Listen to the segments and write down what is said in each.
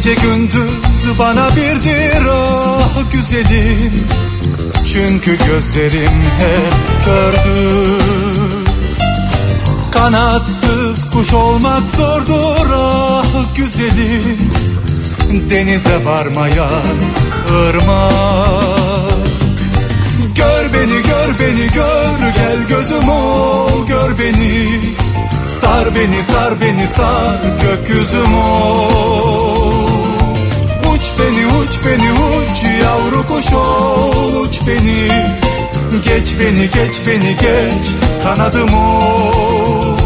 Gece gündüz bana birdir ah güzelim. Çünkü gözlerim hep kördür. Kanatsız kuş olmak zordur ah güzelim. Denize varmayan ırmak. Gör beni gör beni gör, gel gözüm ol gör beni. Sar beni sar beni sar, gökyüzüm ol. Uç beni uç beni uç, yavru kuş ol uç beni. Geç beni geç beni geç, kanadım ol.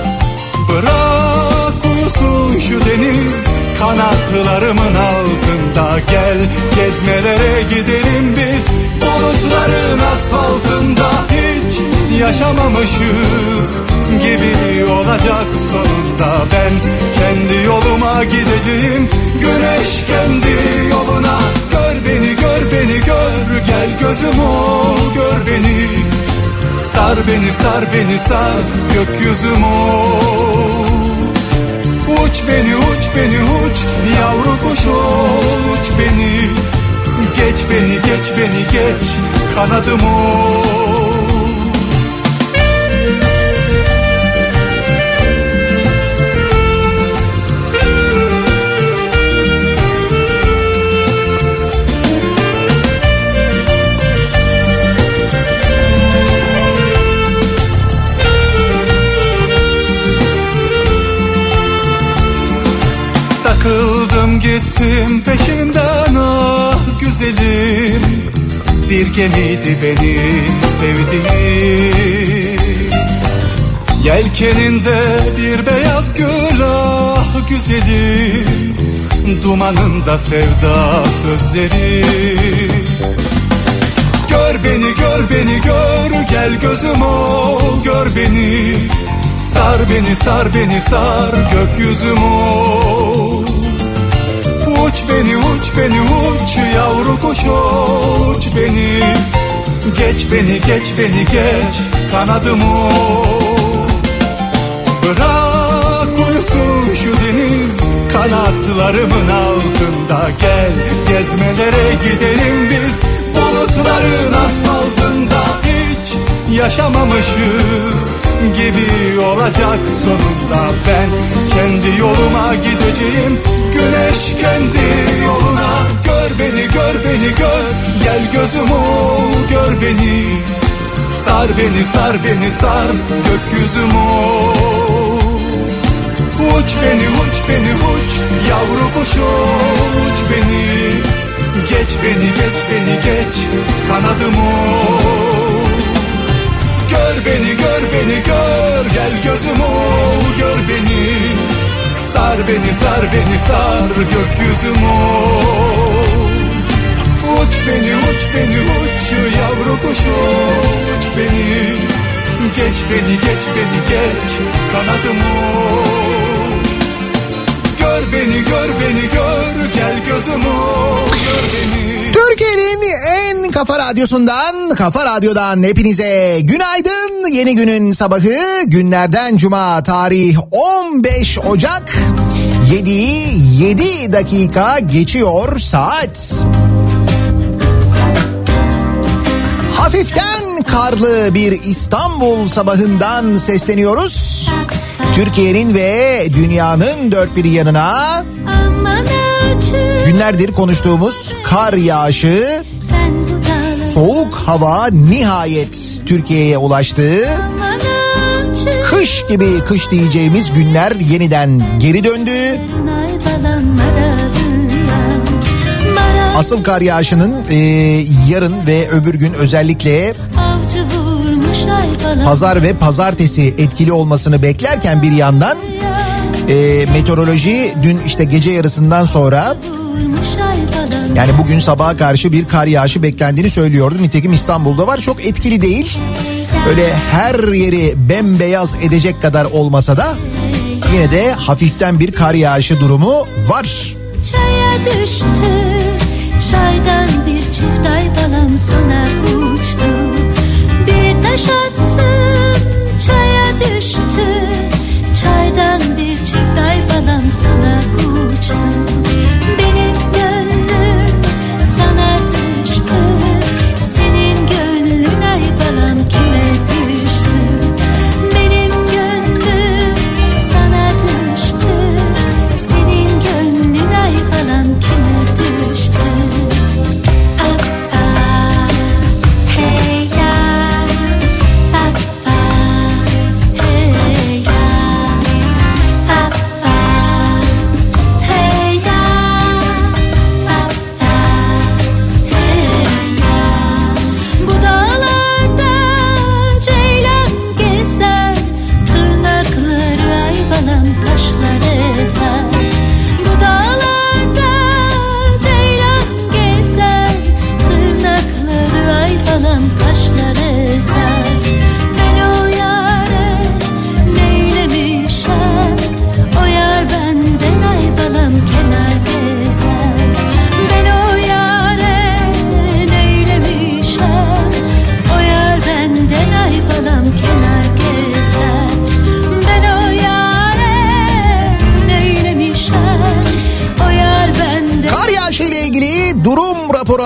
Bırak uyusun şu deniz kanatlarımın altında. Gel gezmelere gidelim biz bulutların asfaltında. Hiç yaşamamışız gibi olacak sonunda. Ben kendi yoluma gideceğim, güneş kendi yoluna. Gör beni gör beni gör, gel gözüm ol gör beni. Sar beni sar beni sar, gökyüzüm ol. Uç beni uç beni uç, yavru kuş ol uç beni. Geç beni geç beni geç, kanadım ol. Takıldım gittim peşinden ah güzelim. Bir gemiydi benim sevdiğim. Yelkeninde bir beyaz gül ah güzelim. Dumanında sevda sözleri. Gör beni gör beni gör, gel gözüm ol gör beni. Sar beni sar beni sar, gökyüzüm ol. Uç beni uç beni uç, yavru kuş uç beni. Geç beni geç beni geç, kanadım ol. Bırak uyusun şu deniz kanatlarımın altında. Gel gezmelere gidelim biz bulutların asfaltında. Hiç yaşamamışız gibi olacak sonunda. Ben kendi yoluma gideceğim, güneş kendi yoluna. Gör beni gör beni gör, gel gözüm ol gör beni. Sar beni sar beni sar, gökyüzüm ol. Uç beni uç beni uç, yavru kuş uç beni. Geç beni geç beni geç, kanadım ol. Gör beni gör beni gör, gel gözüm ol gör beni. Sar beni sar beni sar, gökyüzüm ol. Uç beni uç beni uç, yavru kuş uç beni. Geç beni geç beni geç, kanadım ol. Gör beni gör beni gör, gel gözüm ol gör beni. Türkiye'nin en kafa radyosundan, Kafa Radyo'dan hepinize günaydın. Yeni günün sabahı, günlerden cuma, tarih 15 Ocak. 7 dakika geçiyor saat. Hafiften karlı bir İstanbul sabahından sesleniyoruz. Türkiye'nin ve dünyanın dört bir yanına günlerdir konuştuğumuz kar yağışı, soğuk hava nihayet Türkiye'ye ulaştı. Kış gibi kış diyeceğimiz günler yeniden geri döndü. Asıl kar yağışının yarın ve öbür gün özellikle pazar ve pazartesi etkili olmasını beklerken bir yandan meteoroloji dün işte gece yarısından sonra, yani bugün sabaha karşı bir kar yağışı beklendiğini söylüyordu. Nitekim İstanbul'da var, çok etkili değil. Öyle her yeri bembeyaz edecek kadar olmasa da yine de hafiften bir kar yağışı durumu var. Çaya düştü, çaydan bir çift ay balam sona uçtu. Bir taş attım, çaya düştü, çaydan bir çift ay balam sona uçtu.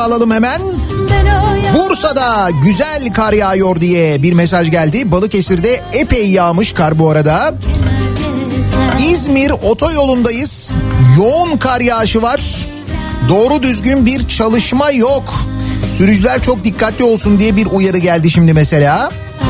alalım hemen. Bursa'da güzel kar yağıyor diye bir mesaj geldi. Balıkesir'de epey yağmış kar bu arada. İzmir otoyolundayız. Yoğun kar yağışı var. Doğru düzgün bir çalışma yok. Sürücüler çok dikkatli olsun diye bir uyarı geldi şimdi mesela.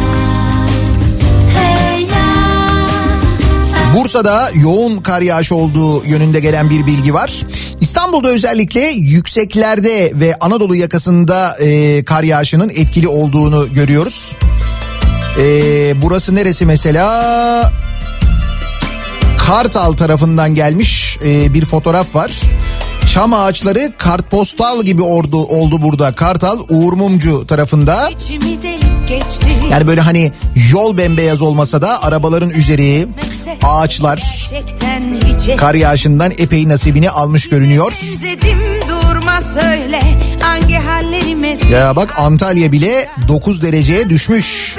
Bursa'da yoğun kar yağışı olduğu yönünde gelen bir bilgi var. İstanbul'da özellikle yükseklerde ve Anadolu yakasında kar yağışının etkili olduğunu görüyoruz. Burası neresi mesela? Kartal tarafından gelmiş bir fotoğraf var. Çam ağaçları kartpostal gibi oldu burada. Kartal Uğur Mumcu tarafında. Yani böyle hani yol bembeyaz olmasa da arabaların üzeri, ağaçlar kar yağışından epey nasibini almış görünüyor. Ya bak Antalya bile 9 dereceye düşmüş.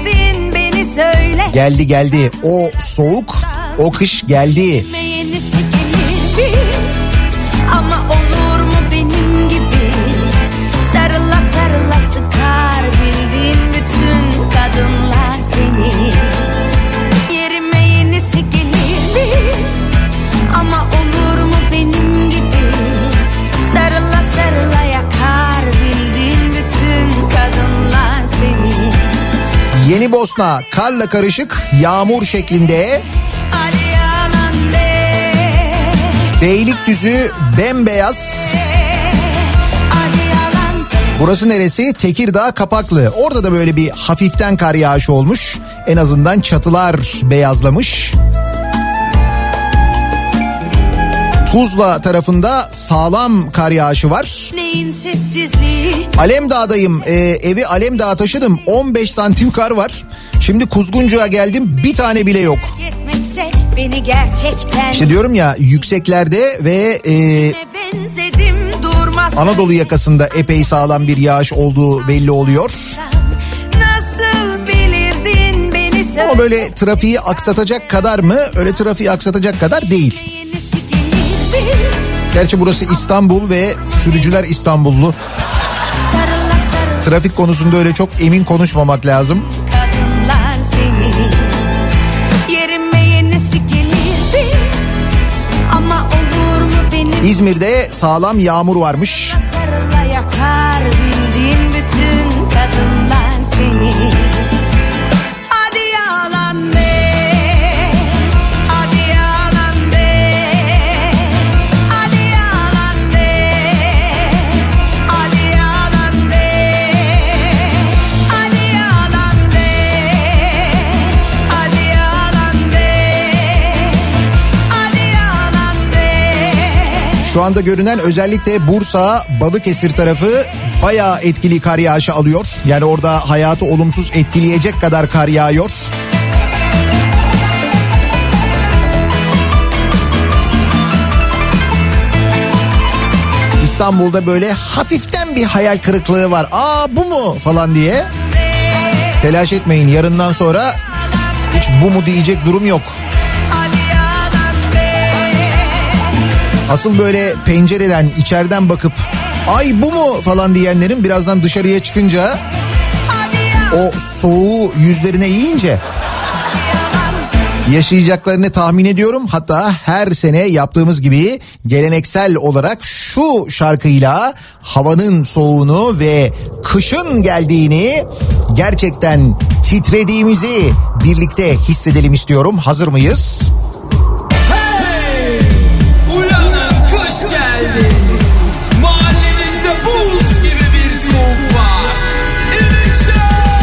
Geldi o soğuk, o kış geldi. Ama olur mu benim gibi sarıla sarıla sıkar bildiğin bütün kadınlar seni. Yerime yenisi gelir ama olur mu benim gibi sarıla sarıla yakar bildiğin bütün kadınlar seni. Yeni Bosna karla karışık yağmur şeklinde. Beylikdüzü bembeyaz. Burası neresi? Tekirdağ Kapaklı. Orada da böyle bir hafiften kar yağışı olmuş. En azından çatılar beyazlamış. Tuzla tarafında sağlam kar yağışı var. Alemdağ'dayım. Evi Alemdağ'a taşıdım. 15 santim kar var. Şimdi Kuzguncu'ya geldim. Bir tane bile yok. İşte diyorum ya yükseklerde ve Anadolu yakasında epey sağlam bir yağış olduğu belli oluyor. Ama böyle trafiği aksatacak kadar mı? Öyle trafiği aksatacak kadar değil. Gerçi burası İstanbul ve sürücüler İstanbullu. Trafik konusunda öyle çok emin konuşmamak lazım. İzmir'de sağlam yağmur varmış. Yakar bildiğin bütün kadınlar seni. Hadi yalan de, hadi yalan de, hadi yalan de, hadi yalan de, hadi yalan de, hadi yalan de, hadi yalan de. Şu anda görünen özellikle Bursa, Balıkesir tarafı bayağı etkili kar yağışı alıyor. Yani orada hayatı olumsuz etkileyecek kadar kar yağıyor. İstanbul'da böyle hafiften bir hayal kırıklığı var. Aa bu mu falan diye. Telaş etmeyin, yarından sonra hiç bu mu diyecek durum yok. Asıl böyle pencereden içeriden bakıp ay bu mu falan diyenlerin birazdan dışarıya çıkınca o soğuğu yüzlerine yiyince yaşayacaklarını tahmin ediyorum. Hatta her sene yaptığımız gibi geleneksel olarak şu şarkıyla havanın soğuğunu ve kışın geldiğini, gerçekten titrediğimizi birlikte hissedelim istiyorum. Hazır mıyız? Hey! Uyanın, kış geldi. Mahallenizde buz gibi bir soğuk var. İnişo!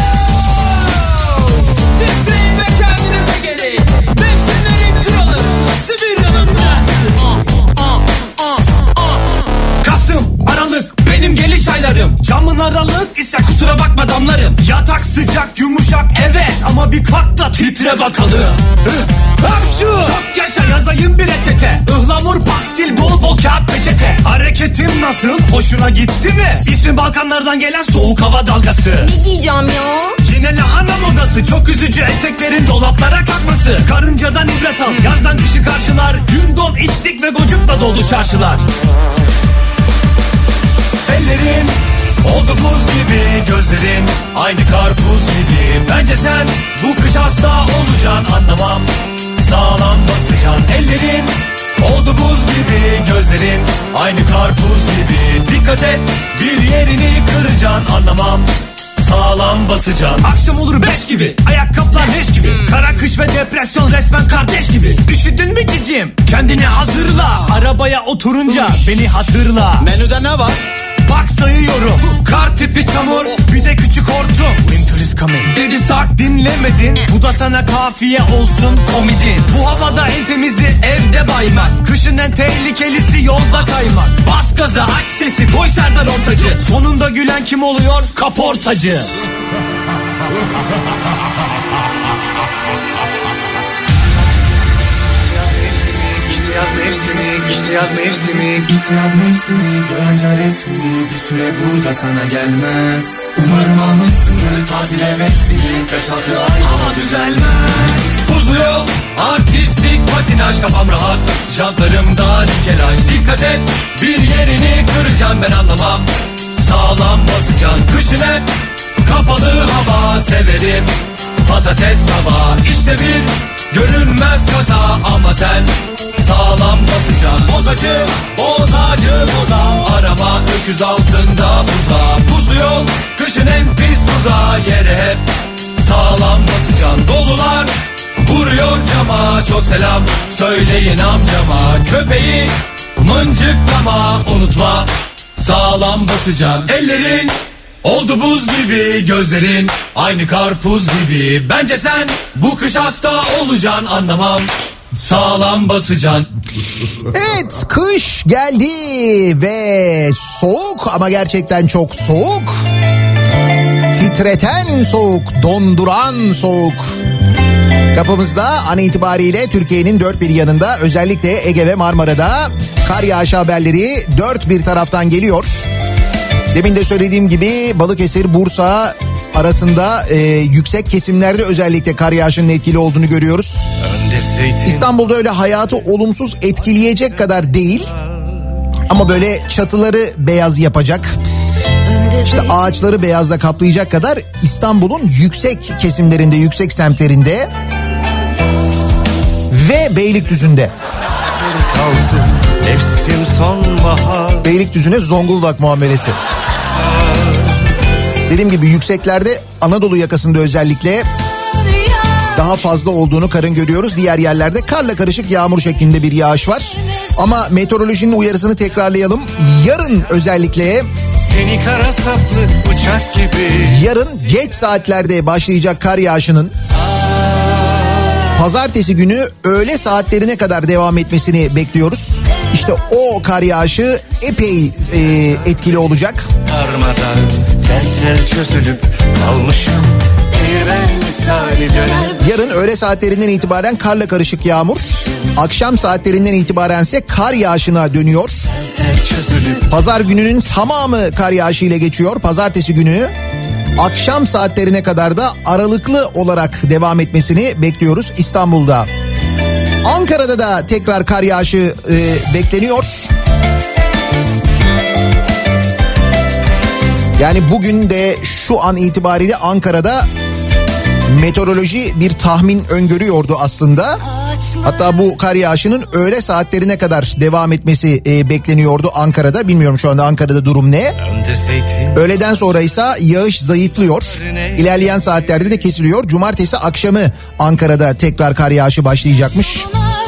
Titreyin ve kendinize gelin. Mevsimlerin kralı, Sibirya'nın prensi. Kasım, Aralık benim geliş aylarım. Camın aralık ise kusura bakma damlarım. Yatak sıcak, yumuşak evet ama bir kalk da titre bakalım. Hapşu! Çok yaşa, yazayım bir reçete. Ihlamur, pastil, bol bol kağıt peçete. Hareketim nasıl? Hoşuna gitti mi? İsmi Balkanlardan gelen soğuk hava dalgası. Ne giyeceğim ya? Yine lahana modası. Çok üzücü eteklerin dolaplara kalkması. Karıncadan ibret al, yazdan kışı karşılar. Gün don içtik ve gocukla doldu çarşılar. Ellerin oldu buz gibi, gözlerin aynı karpuz gibi. Bence sen bu kış hasta olacaksın, anlamam. Sağlam basacaksın. Ellerin oldu buz gibi, gözlerin aynı karpuz gibi. Dikkat et, bir yerini kıracaksın, anlamam. Sağlam basacaksın. Akşam olur 5 gibi, ayakkabılar leş gibi. Kara kış ve depresyon resmen kardeş gibi. Üşüdün mü cicim? Kendini hazırla. Arabaya oturunca beni hatırla. Menüde ne var? Bak sayıyorum. Kar tipi çamur, bir de küçük hortum. Winter is coming. Dedi start dinlemedin. Bu da sana kafiye olsun komedin. Bu havada en temizi evde baymak. Kışın en tehlikelisi yolda kaymak. Bas gaza, aç sesi, koy Serdar Ortacı. Sonunda gülen kim oluyor? Kaportacı. İşte yaz mevsimi görünce resmini, bir süre burada sana gelmez. Umarım almışsındır tatil hevesini, 5-6 ay hava düzelmez. Buzlu yol, artistik patinaj, kafam rahat, jantlarımda nikelaj. Dikkat et, bir yerini kıracağım, ben anlamam. Sağlam basacaksın. Kışın hep kapalı hava, severim patates tava. İşte bir görünmez kaza, ama sen sağlam basacaksın. Bozacı, bozacı, boza. Araba öküz altında buza. Buzlu yol, kışın en pis tuzağı. Yere hep sağlam basacaksın. Dolular vuruyor cama, çok selam söyleyin amcama. Köpeği mıncıklama, unutma sağlam basacaksın. Ellerin oldu buz gibi, gözlerin aynı karpuz gibi. Bence sen bu kış hasta olacaksın, anlamam. Sağlam basacaksın. Evet, kış geldi ve soğuk, ama gerçekten çok soğuk. Titreten soğuk, donduran soğuk. Kapımızda an itibariyle Türkiye'nin dört bir yanında, özellikle Ege ve Marmara'da kar yağışı haberleri dört bir taraftan geliyor. Demin de söylediğim gibi Balıkesir, Bursa arasında yüksek kesimlerde özellikle kar yağışının etkili olduğunu görüyoruz. İstanbul'da öyle hayatı olumsuz etkileyecek kadar değil, ama böyle çatıları beyaz yapacak, İşte ağaçları beyazla kaplayacak kadar İstanbul'un yüksek kesimlerinde, yüksek semtlerinde ve Beylikdüzü'nde. Beylikdüzü'ne Zonguldak muamelesi. Dediğim gibi yükseklerde, Anadolu yakasında özellikle daha fazla olduğunu karın görüyoruz. Diğer yerlerde karla karışık yağmur şeklinde bir yağış var. Ama meteorolojinin uyarısını tekrarlayalım. Yarın özellikle seni kara saplı uçak gibi. Yarın geç saatlerde başlayacak kar yağışının pazartesi günü öğle saatlerine kadar devam etmesini bekliyoruz. İşte o kar yağışı epey etkili olacak. Darmadan tel tel çözülüp kalmışım. Yarın öğle saatlerinden itibaren karla karışık yağmur, akşam saatlerinden itibarense kar yağışına dönüyor. Pazar gününün tamamı kar yağışı ile geçiyor. Pazartesi günü akşam saatlerine kadar da aralıklı olarak devam etmesini bekliyoruz İstanbul'da. Ankara'da da tekrar kar yağışı bekleniyor. Yani bugün de şu an itibariyle Ankara'da meteoroloji bir tahmin öngörüyordu aslında. Hatta bu kar yağışının öğle saatlerine kadar devam etmesi bekleniyordu Ankara'da. Bilmiyorum şu anda Ankara'da durum ne. Öğleden sonra ise yağış zayıflıyor. İlerleyen saatlerde de kesiliyor. Cumartesi akşamı Ankara'da tekrar kar yağışı başlayacakmış.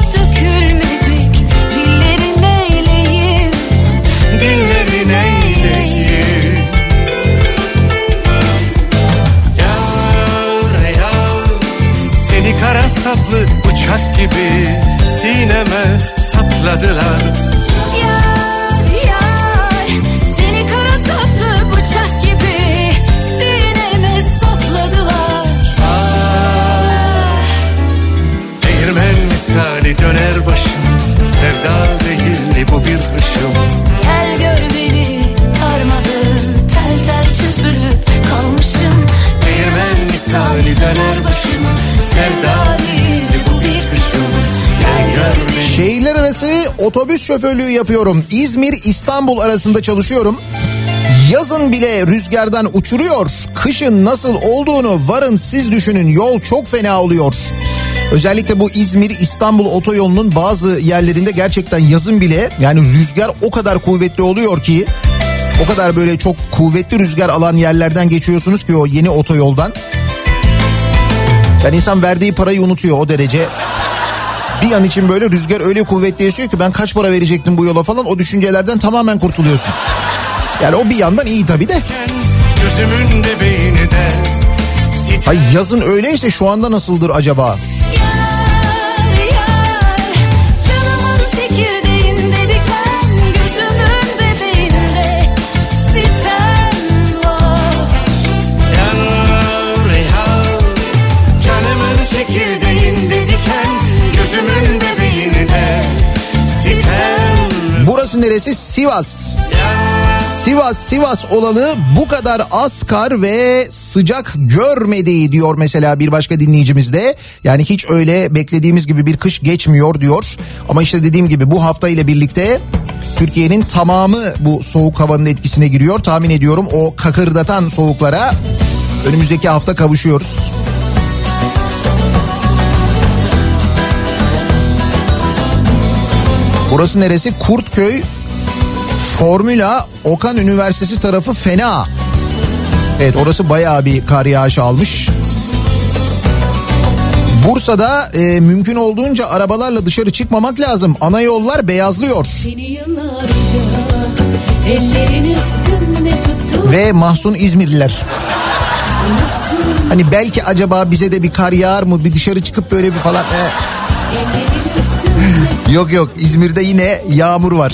Kara saplı uçak gibi sineme sapladılar. Yar yar, seni kara saplı bıçak gibi sineme sapladılar. Değirmen misali döner başım, sevda değil bu bir hışım. Gel gör beni, darmadağın tel tel çözülüp kalmışım. Değirmen misali döner başım, sevda değil bu bir hışım. Gel gör beni. Şehirler arası otobüs şoförlüğü yapıyorum. İzmir İstanbul arasında çalışıyorum. Yazın bile rüzgardan uçuruyor. Kışın nasıl olduğunu varın siz düşünün. Yol çok fena oluyor. Özellikle bu İzmir-İstanbul otoyolunun bazı yerlerinde gerçekten yazın bile yani rüzgar o kadar kuvvetli oluyor ki, o kadar böyle çok kuvvetli rüzgar alan yerlerden geçiyorsunuz ki o yeni otoyoldan. Yani insan verdiği parayı unutuyor o derece. Bir an için böyle rüzgar öyle kuvvetli esiyor ki ben kaç para verecektim bu yola falan, o düşüncelerden tamamen kurtuluyorsun. Yani o bir yandan iyi tabii de. Gözümün bebeğini de. Ay yazın öyleyse şu anda nasıldır acaba? Burası neresi? Sivas. Sivas olalı bu kadar az kar ve sıcak görmedi diyor mesela bir başka dinleyicimiz de. Yani hiç öyle beklediğimiz gibi bir kış geçmiyor diyor. Ama işte dediğim gibi bu hafta ile birlikte Türkiye'nin tamamı bu soğuk havanın etkisine giriyor. Tahmin ediyorum o kakırdatan soğuklara önümüzdeki hafta kavuşuyoruz. Burası neresi? Kurtköy. Formula Okan Üniversitesi tarafı fena. Evet, orası bayağı bir kar yağışı almış. Bursa'da mümkün olduğunca arabalarla dışarı çıkmamak lazım. Ana yollar beyazlıyor. Ve mahzun İzmirliler. Hani belki acaba bize de bir kar yağar mı? Bir dışarı çıkıp böyle bir falan. Yok İzmir'de yine yağmur var.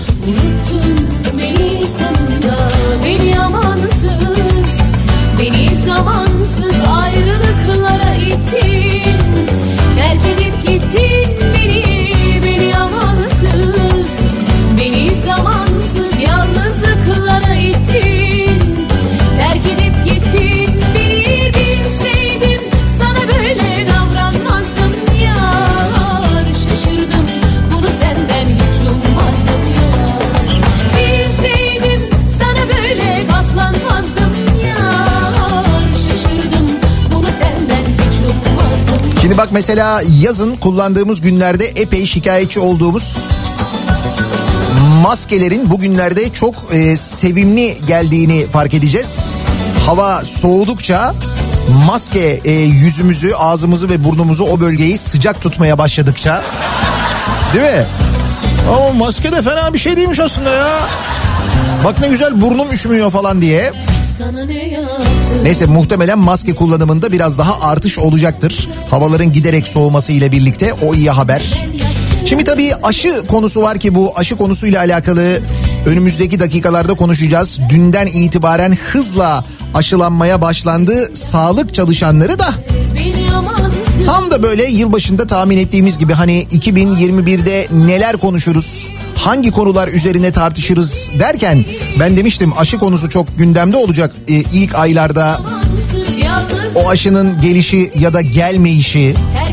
Beni sonunda, beni amansız, beni zamansız ayrılıklara ittin, terk edip gittin beni amansız, beni zamansız yalnızlıklara ittin, terk edip gittin beni. Bilseydim sana böyle davranmazdım yar, şaşırdım bunu senden hiç ummazdım yar. Bilseydim sana böyle katlanmazdım yar, şaşırdım bunu senden hiç ummazdım. Şimdi bak mesela yazın kullandığımız günlerde epey şikayetçi olduğumuz maskelerin bugünlerde çok sevimli geldiğini fark edeceğiz. Hava soğudukça maske yüzümüzü, ağzımızı ve burnumuzu, o bölgeyi sıcak tutmaya başladıkça, değil mi? Ama maske de fena bir şey değilmiş aslında ya. Bak ne güzel burnum üşümüyor falan diye. Neyse, muhtemelen maske kullanımında biraz daha artış olacaktır. Havaların giderek soğuması ile birlikte, o iyi haber. Şimdi tabii aşı konusu var ki bu aşı konusuyla alakalı önümüzdeki dakikalarda konuşacağız. Dünden itibaren hızla aşılanmaya başlandı. Sağlık çalışanları da tam da böyle yılbaşında tahmin ettiğimiz gibi hani 2021'de neler konuşuruz, hangi konular üzerine tartışırız derken ben demiştim aşı konusu çok gündemde olacak ilk aylarda. O aşının gelişi ya da gelmeyişi,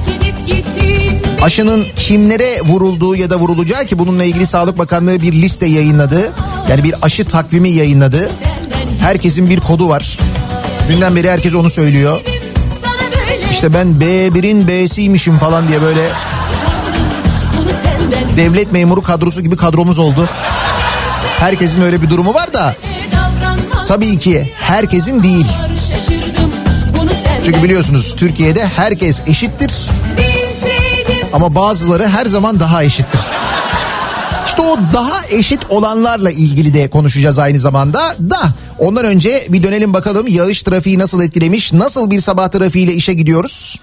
aşının kimlere vurulduğu ya da vurulacağı, ki bununla ilgili Sağlık Bakanlığı bir liste yayınladı. Yani bir aşı takvimi yayınladı. Herkesin bir kodu var. Dünden beri herkes onu söylüyor. İşte ben B1'in B'siymişim falan diye böyle devlet memuru kadrosu gibi kadromuz oldu. Herkesin öyle bir durumu var da tabii ki herkesin değil. Çünkü biliyorsunuz Türkiye'de herkes eşittir. Ama bazıları her zaman daha eşittir. İşte o daha eşit olanlarla ilgili de konuşacağız aynı zamanda da. Ondan önce bir dönelim bakalım yağış trafiği nasıl etkilemiş, nasıl bir sabah trafiğiyle işe gidiyoruz?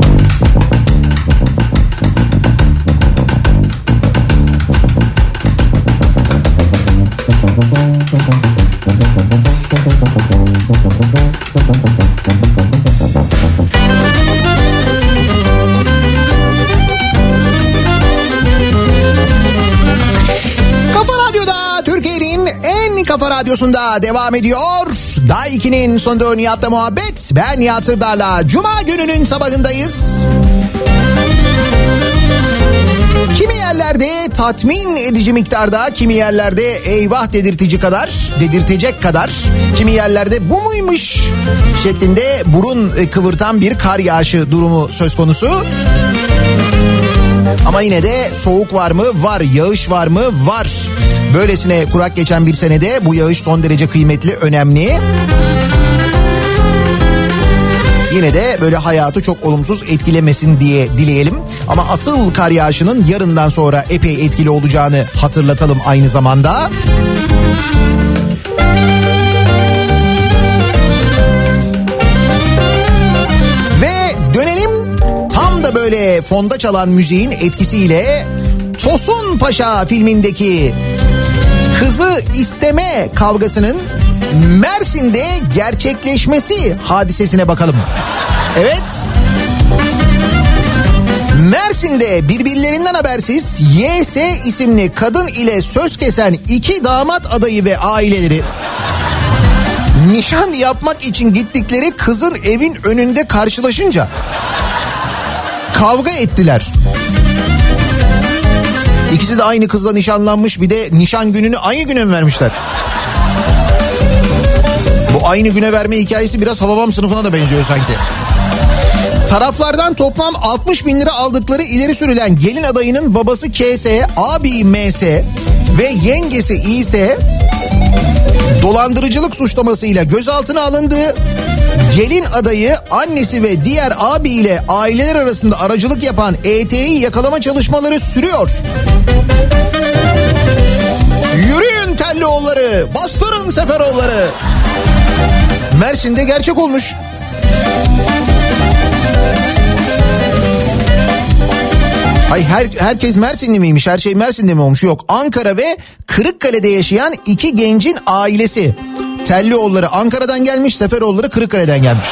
Kafa Radyosu'nda devam ediyor. Day 2'nin sonunda Nihat'la muhabbet. Ben Nihat Sırdar'la Cuma gününün sabahındayız. Kimi yerlerde tatmin edici miktarda, kimi yerlerde eyvah dedirtecek kadar, kimi yerlerde bu muymuş şeklinde burun kıvırtan bir kar yağışı durumu söz konusu. Ama yine de soğuk var mı? Var. Yağış var mı? Var. Böylesine kurak geçen bir senede bu yağış son derece kıymetli, önemli. Yine de böyle hayatı çok olumsuz etkilemesin diye dileyelim. Ama asıl kar yağışının yarından sonra epey etkili olacağını hatırlatalım aynı zamanda. Ve dönelim tam da böyle fonda çalan müziğin etkisiyle Tosun Paşa filmindeki kızı isteme kavgasının Mersin'de gerçekleşmesi hadisesine bakalım. Evet. Mersin'de birbirlerinden habersiz YS isimli kadın ile söz kesen iki damat adayı ve aileleri nişan yapmak için gittikleri kızın evin önünde karşılaşınca kavga ettiler. İkisi de aynı kızla nişanlanmış, bir de nişan gününü aynı güne mi vermişler? Bu aynı güne verme hikayesi biraz Hababam sınıfına da benziyor sanki. Taraflardan toplam 60 bin lira aldıkları ileri sürülen gelin adayının babası KS, abi MS ve yengesi İS dolandırıcılık suçlamasıyla gözaltına alındı. Gelin adayı, annesi ve diğer abiyle aileler arasında aracılık yapan ET'yi yakalama çalışmaları sürüyor. Yürüyün Tellioğulları, bastırın Seferoğulları. Mersin'de gerçek olmuş. Ay herkes Mersinli miymiş? Her şey Mersin'de mi olmuş? Yok. Ankara ve Kırıkkale'de yaşayan iki gencin ailesi. Tellioğulları Ankara'dan gelmiş, Seferoğulları Kırıkkale'den gelmiş.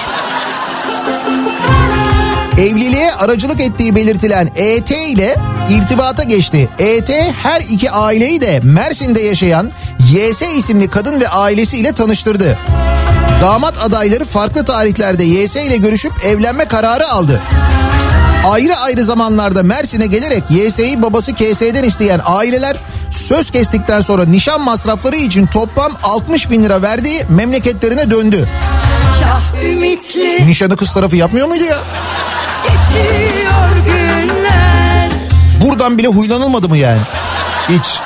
Evliliğe aracılık ettiği belirtilen ET ile irtibata geçti. ET her iki aileyi de Mersin'de yaşayan YS isimli kadın ve ailesiyle tanıştırdı. Damat adayları farklı tarihlerde YS ile görüşüp evlenme kararı aldı. Ayrı ayrı zamanlarda Mersin'e gelerek YS'yi babası KS'den isteyen aileler söz kestikten sonra nişan masrafları için toplam 60 bin lira verdiği memleketlerine döndü. Nişanı kız tarafı yapmıyor muydu ya? Buradan bile huylanılmadı mı yani? Hiç.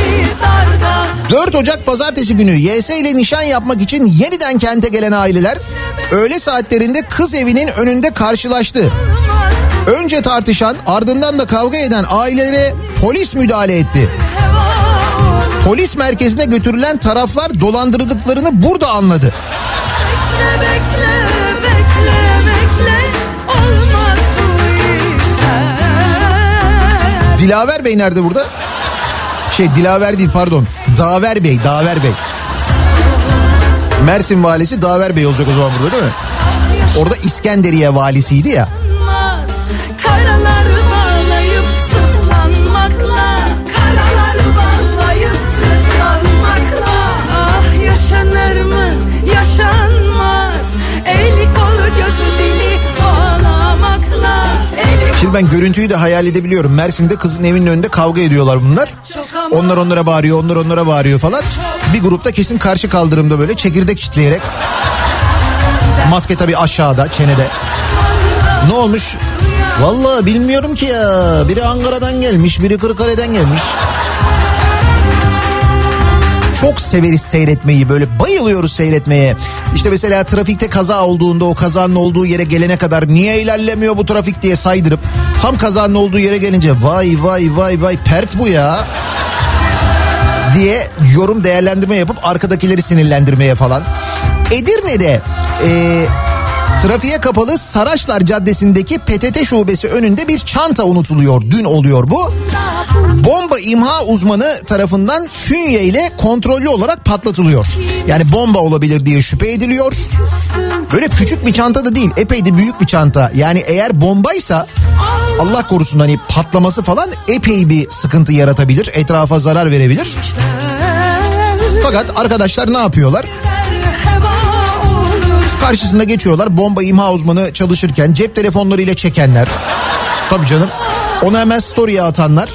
4 Ocak pazartesi günü YS ile nişan yapmak için yeniden kente gelen aileler öğle saatlerinde kız evinin önünde karşılaştı. Önce tartışan, ardından da kavga eden ailelere polis müdahale etti. Polis merkezine götürülen taraflar dolandırıldıklarını burada anladı. Dilaver Bey nerede burada? Dilaver değil, pardon. Daver Bey. Mersin valisi Daver Bey olacak o zaman burada, değil mi? Orada İskenderiye valisiydi ya. Karaları bağlayıp sızlanmakla. Ah yaşanır mı? Yaşanmaz. Eli kolu gözü dili bağlamakla. Şimdi ben görüntüyü de hayal edebiliyorum. Mersin'de kızın evinin önünde kavga ediyorlar bunlar. Onlar onlara bağırıyor, onlar onlara bağırıyor falan. Bir grupta kesin karşı kaldırımda böyle çekirdek çitleyerek. Maske tabii aşağıda, çenede. Ne olmuş? Vallahi bilmiyorum ki ya. Biri Ankara'dan gelmiş, biri Kırıkkale'den gelmiş. Çok severiz seyretmeyi, böyle bayılıyoruz seyretmeye. İşte mesela trafikte kaza olduğunda o kazanın olduğu yere gelene kadar niye ilerlemiyor bu trafik diye saydırıp tam kazanın olduğu yere gelince vay pert bu ya diye yorum değerlendirme yapıp arkadakileri sinirlendirmeye falan. Edirne'de trafiğe kapalı Saraçlar Caddesi'ndeki PTT şubesi önünde bir çanta unutuluyor. Dün oluyor bu. Bomba imha uzmanı tarafından fünye ile kontrollü olarak patlatılıyor. Yani bomba olabilir diye şüphe ediliyor. Böyle küçük bir çanta da değil, epey de büyük bir çanta. Yani eğer bombaysa Allah korusun hani patlaması falan epey bir sıkıntı yaratabilir. Etrafa zarar verebilir. Fakat arkadaşlar ne yapıyorlar? Karşısına geçiyorlar, bomba imha uzmanı çalışırken cep telefonlarıyla çekenler. Tabii canım. Onu hemen story'e atanlar.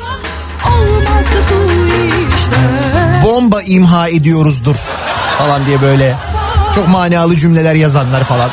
Bomba imha ediyoruzdur falan diye böyle çok manalı cümleler yazanlar falan.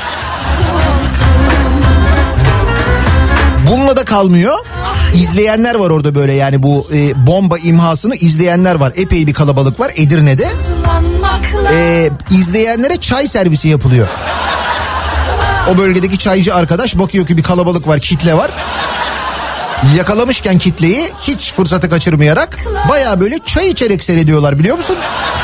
Bununla da kalmıyor. İzleyenler var orada böyle, yani bu bomba imhasını izleyenler var. Epey bir kalabalık var Edirne'de. İzleyenlere çay servisi yapılıyor. O bölgedeki çaycı arkadaş bakıyor ki bir kalabalık var, kitle var. Yakalamışken kitleyi hiç fırsatı kaçırmayarak bayağı böyle çay içerek seyrediyorlar, biliyor musun?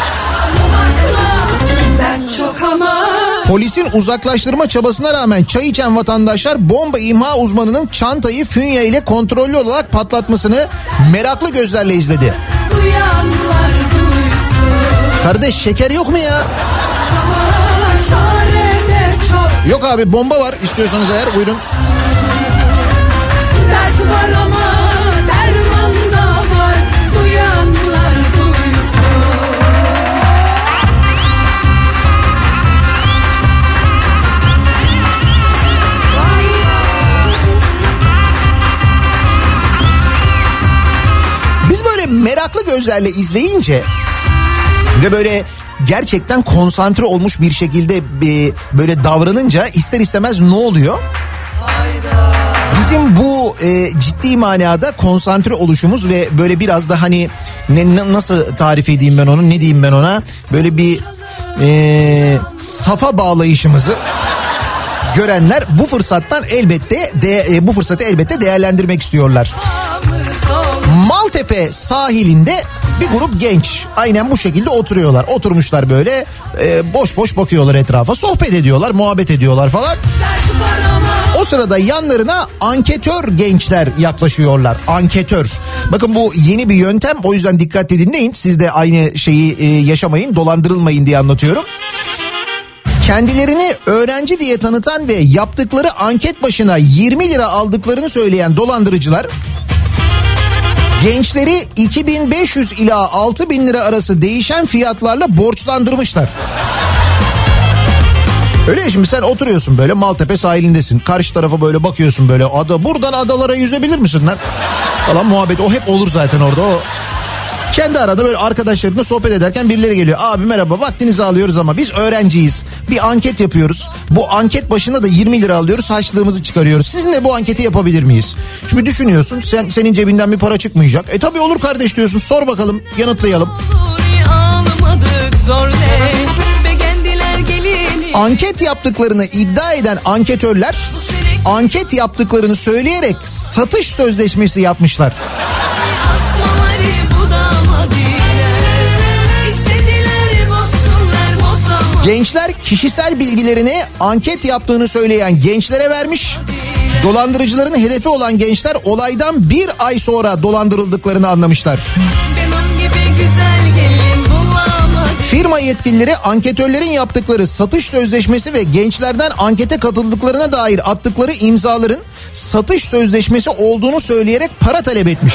Polisin uzaklaştırma çabasına rağmen çay içen vatandaşlar bomba imha uzmanının çantayı fünye ile kontrollü olarak patlatmasını meraklı gözlerle izledi. Kardeş şeker yok mu ya? Yok abi, bomba var, istiyorsanız eğer buyurun. Dert var ama derman da var, duyanlar duysun. Biz böyle meraklı gözlerle izleyince ve böyle gerçekten konsantre olmuş bir şekilde böyle davranınca ister istemez ne oluyor? Bizim bu ciddi manada konsantre oluşumuz ve böyle biraz da hani nasıl tarif edeyim ben onu, ne diyeyim ben ona, böyle bir safa bağlayışımızı görenler bu fırsatı elbette değerlendirmek istiyorlar. Maltepe sahilinde bir grup genç aynen bu şekilde oturuyorlar. Oturmuşlar böyle boş boş bakıyorlar etrafa, sohbet ediyorlar, muhabbet ediyorlar falan. O sırada yanlarına anketör gençler yaklaşıyorlar. Anketör. Bakın bu yeni bir yöntem, o yüzden dikkatli dinleyin. Siz de aynı şeyi yaşamayın, dolandırılmayın diye anlatıyorum. Kendilerini öğrenci diye tanıtan ve yaptıkları anket başına 20 lira aldıklarını söyleyen dolandırıcılar gençleri 2500 ila 6000 lira arası değişen fiyatlarla borçlandırmışlar. Öyle ya, şimdi sen oturuyorsun böyle Maltepe sahilindesin. Karşı tarafa böyle bakıyorsun böyle, buradan adalara yüzebilir misin lan? Falan muhabbet, o hep olur zaten orada. O kendi arada böyle arkadaşlarımla sohbet ederken birileri geliyor. Abi merhaba, vaktinizi alıyoruz ama biz öğrenciyiz. Bir anket yapıyoruz. Bu anket başına da 20 lira alıyoruz. Harçlığımızı çıkarıyoruz. Sizinle bu anketi yapabilir miyiz? Şimdi düşünüyorsun, senin cebinden bir para çıkmayacak. Tabii olur kardeş diyorsun. Sor bakalım, yanıtlayalım. Anket yaptıklarını iddia eden anketörler anket yaptıklarını söyleyerek satış sözleşmesi yapmışlar. Gençler kişisel bilgilerini anket yaptığını söyleyen gençlere vermiş. Dolandırıcıların hedefi olan gençler olaydan bir ay sonra dolandırıldıklarını anlamışlar. Firma yetkilileri anketörlerin yaptıkları satış sözleşmesi ve gençlerden ankete katıldıklarına dair attıkları imzaların satış sözleşmesi olduğunu söyleyerek para talep etmiş.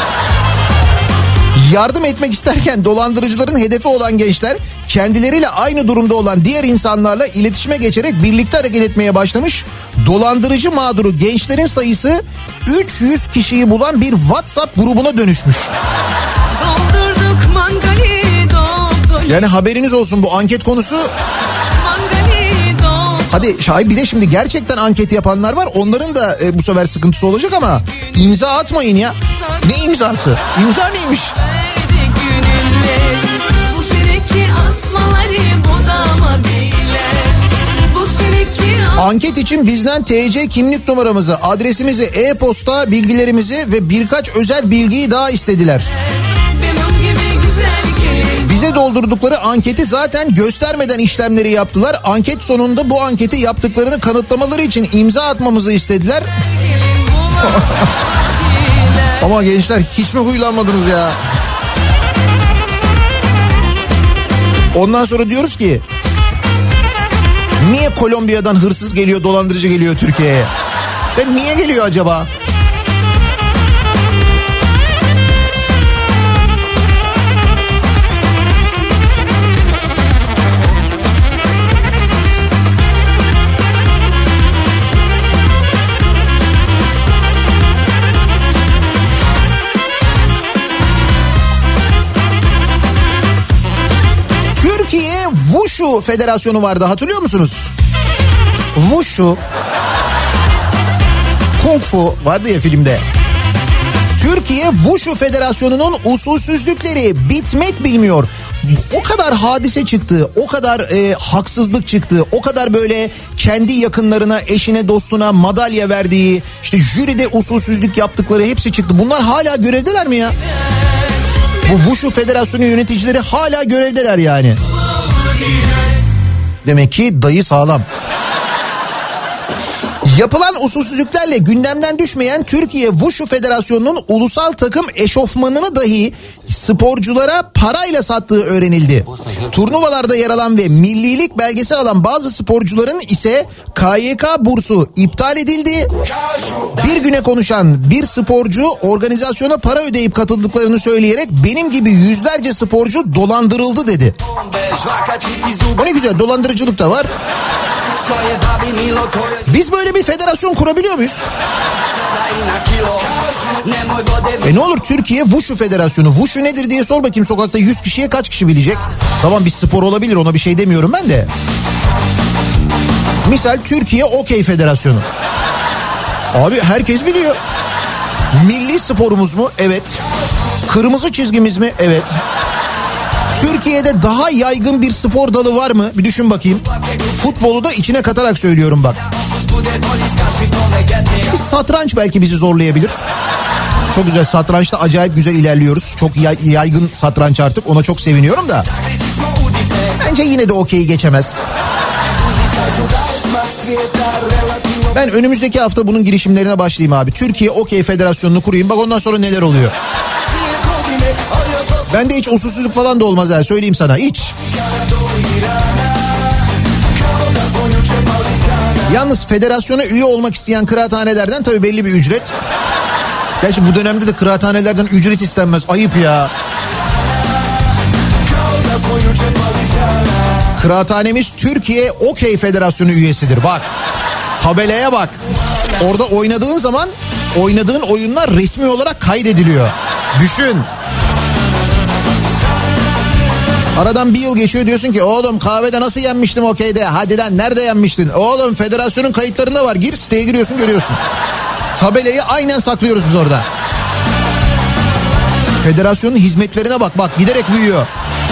Yardım etmek isterken dolandırıcıların hedefi olan gençler kendileriyle aynı durumda olan diğer insanlarla iletişime geçerek birlikte hareket etmeye başlamış. Dolandırıcı mağduru gençlerin sayısı 300 kişiyi bulan bir WhatsApp grubuna dönüşmüş. Yani haberiniz olsun, bu anket konusu. Hadi bir de şimdi gerçekten anket yapanlar var, onların da bu sefer sıkıntısı olacak ama imza atmayın ya. Ne imzası? İmza neymiş? Anket için bizden TC kimlik numaramızı, adresimizi, e-posta bilgilerimizi ve birkaç özel bilgiyi daha istediler. Bize doldurdukları anketi zaten göstermeden işlemleri yaptılar. Anket sonunda bu anketi yaptıklarını kanıtlamaları için imza atmamızı istediler. Ama gençler hiç mi huylanmadınız ya? Ondan sonra diyoruz ki niye Kolombiya'dan hırsız geliyor, dolandırıcı geliyor Türkiye'ye? Niye geliyor acaba? Wushu Federasyonu vardı, hatırlıyor musunuz? Wushu, Kung Fu vardı ya filmde. Türkiye Wushu Federasyonu'nun usulsüzlükleri bitmek bilmiyor. O kadar hadise çıktı, o kadar haksızlık çıktı, o kadar böyle kendi yakınlarına, eşine, dostuna madalya verdiği, işte jüride usulsüzlük yaptıkları hepsi çıktı. Bunlar hala görevdeler mi ya? Bu Wushu Federasyonu yöneticileri hala görevdeler yani. Demek ki dayı sağlam. Yapılan usulsüzlüklerle gündemden düşmeyen Türkiye Wushu Federasyonu'nun ulusal takım eşofmanını dahi sporculara parayla sattığı öğrenildi. Turnuvalarda yer alan ve millilik belgesi alan bazı sporcuların ise KYK bursu iptal edildi. Bir güne konuşan bir sporcu organizasyona para ödeyip katıldıklarını söyleyerek benim gibi yüzlerce sporcu dolandırıldı dedi. O ne güzel, dolandırıcılık da var. Biz böyle bir federasyon kurabiliyor muyuz? Ne olur Türkiye Wushu Federasyonu. Wushu nedir diye sor bakayım, sokakta 100 kişiye kaç kişi bilecek? Tamam, bir spor olabilir, ona bir şey demiyorum ben de. Misal Türkiye Okey Federasyonu. Abi herkes biliyor. Milli sporumuz mu? Evet. Kırmızı çizgimiz mi? Evet. Türkiye'de daha yaygın bir spor dalı var mı? Bir düşün bakayım. Futbolu da içine katarak söylüyorum bak. Bir satranç belki bizi zorlayabilir. Çok güzel, satrançta acayip güzel ilerliyoruz. Çok yaygın satranç artık, ona çok seviniyorum da. Bence yine de okeyi geçemez. Ben önümüzdeki hafta bunun girişimlerine başlayayım abi. Türkiye Okey Federasyonu'nu kurayım, bak ondan sonra neler oluyor. Bende hiç usulsüzlük falan da olmaz ha, söyleyeyim sana, hiç. Yalnız federasyona üye olmak isteyen kıraathanelerden tabii belli bir ücret. Gerçi bu dönemde de kıraathanelerden ücret istenmez, ayıp ya. Kıraathanemiz Türkiye Okey Federasyonu üyesidir, bak. Tabelaya bak. Orada oynadığın zaman oynadığın oyunlar resmi olarak kaydediliyor. Düşün. Aradan bir yıl geçiyor, diyorsun ki oğlum kahvede nasıl yenmiştim okeyde? Hadi lan, nerede yenmiştin? Oğlum federasyonun kayıtlarında var, gir siteye giriyorsun, görüyorsun. Tabelayı aynen saklıyoruz biz orada. Federasyonun hizmetlerine bak, bak giderek büyüyor.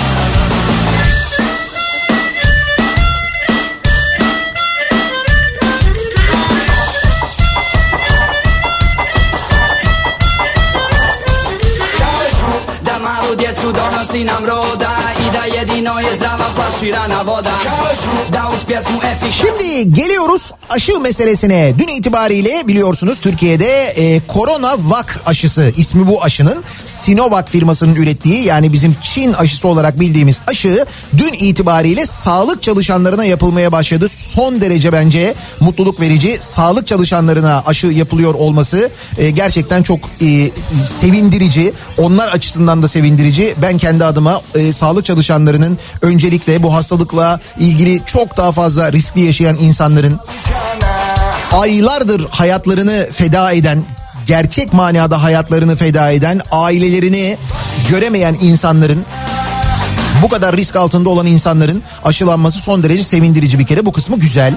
Şimdi geliyoruz aşı meselesine. Dün itibariyle biliyorsunuz Türkiye'de Coronavac aşısı, ismi bu aşının, Sinovac firmasının ürettiği, yani bizim Çin aşısı olarak bildiğimiz aşı dün itibariyle sağlık çalışanlarına yapılmaya başladı. Son derece bence mutluluk verici. Sağlık çalışanlarına aşı yapılıyor olması gerçekten çok sevindirici. Onlar açısından da sevindirici. Ben kendi adıma sağlık çalışanlarının, öncelikle bu hastalıkla ilgili çok daha fazla riskli yaşayan insanların, aylardır hayatlarını feda eden, gerçek manada hayatlarını feda eden, ailelerini göremeyen insanların, bu kadar risk altında olan insanların aşılanması son derece sevindirici bir kere. Bu kısmı güzel.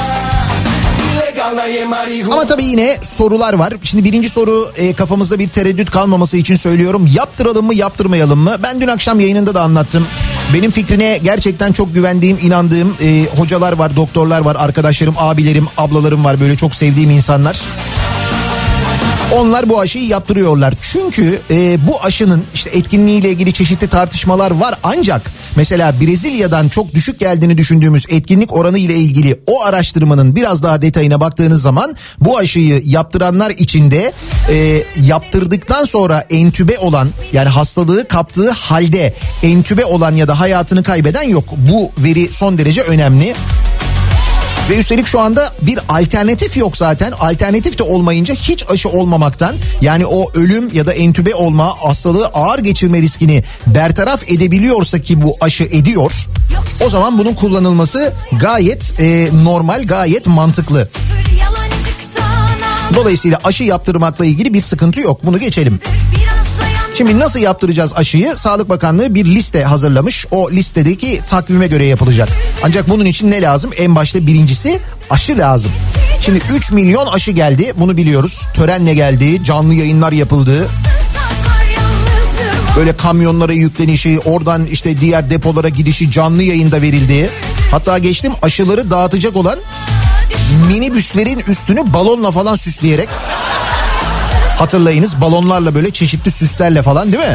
Ama tabii yine sorular var. Şimdi birinci soru, kafamızda bir tereddüt kalmaması için söylüyorum. Yaptıralım mı, yaptırmayalım mı? Ben dün akşam yayınında da anlattım. Benim fikrine gerçekten çok güvendiğim, inandığım hocalar var, doktorlar var, arkadaşlarım, abilerim, ablalarım var. Böyle çok sevdiğim insanlar. Onlar bu aşıyı yaptırıyorlar. Çünkü bu aşının işte etkinliğiyle ilgili çeşitli tartışmalar var. Ancak mesela Brezilya'dan çok düşük geldiğini düşündüğümüz etkinlik oranı ile ilgili o araştırmanın biraz daha detayına baktığınız zaman bu aşıyı yaptıranlar içinde yaptırdıktan sonra entübe olan, yani hastalığı kaptığı halde entübe olan ya da hayatını kaybeden yok. Bu veri son derece önemli. Ve üstelik şu anda bir alternatif yok zaten. Alternatif de olmayınca hiç aşı olmamaktan, yani o ölüm ya da entübe olma, hastalığı ağır geçirme riskini bertaraf edebiliyorsa, ki bu aşı ediyor, o zaman bunun kullanılması gayet normal, gayet mantıklı. Dolayısıyla aşı yaptırmakla ilgili bir sıkıntı yok. Bunu geçelim. Şimdi nasıl yaptıracağız aşıyı? Sağlık Bakanlığı bir liste hazırlamış. O listedeki takvime göre yapılacak. Ancak bunun için ne lazım? En başta birincisi aşı lazım. Şimdi 3 milyon aşı geldi. Bunu biliyoruz. Törenle geldi. Canlı yayınlar yapıldı. Böyle kamyonlara yüklenişi, oradan işte diğer depolara gidişi canlı yayında verildi. Hatta geçtim, aşıları dağıtacak olan minibüslerin üstünü balonla falan süsleyerek, hatırlayınız, balonlarla böyle çeşitli süslerle falan, değil mi?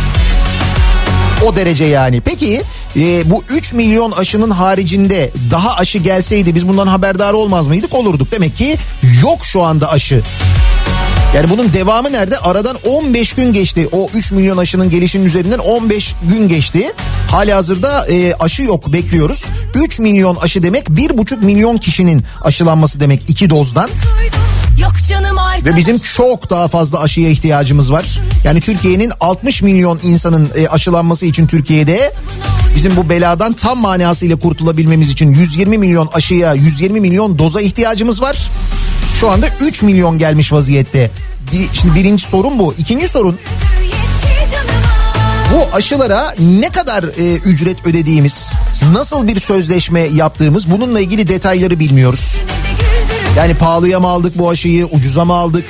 O derece yani. Peki bu 3 milyon aşının haricinde daha aşı gelseydi biz bundan haberdar olmaz mıydık? Olurduk. Demek ki yok şu anda aşı. Yani bunun devamı nerede? Aradan 15 gün geçti. O 3 milyon aşının gelişinin üzerinden 15 gün geçti. Halihazırda aşı yok, bekliyoruz. 3 milyon aşı demek 1,5 milyon kişinin aşılanması demek 2 dozdan. Ve bizim çok daha fazla aşıya ihtiyacımız var. Yani Türkiye'nin 60 milyon insanın aşılanması için Türkiye'de bizim bu beladan tam manasıyla kurtulabilmemiz için 120 milyon aşıya, 120 milyon doza ihtiyacımız var. Şu anda 3 milyon gelmiş vaziyette. Şimdi birinci sorun bu. İkinci sorun, bu aşılara ne kadar ücret ödediğimiz, nasıl bir sözleşme yaptığımız, bununla ilgili detayları bilmiyoruz. Yani pahalıya mı aldık bu aşıyı, ucuza mı aldık?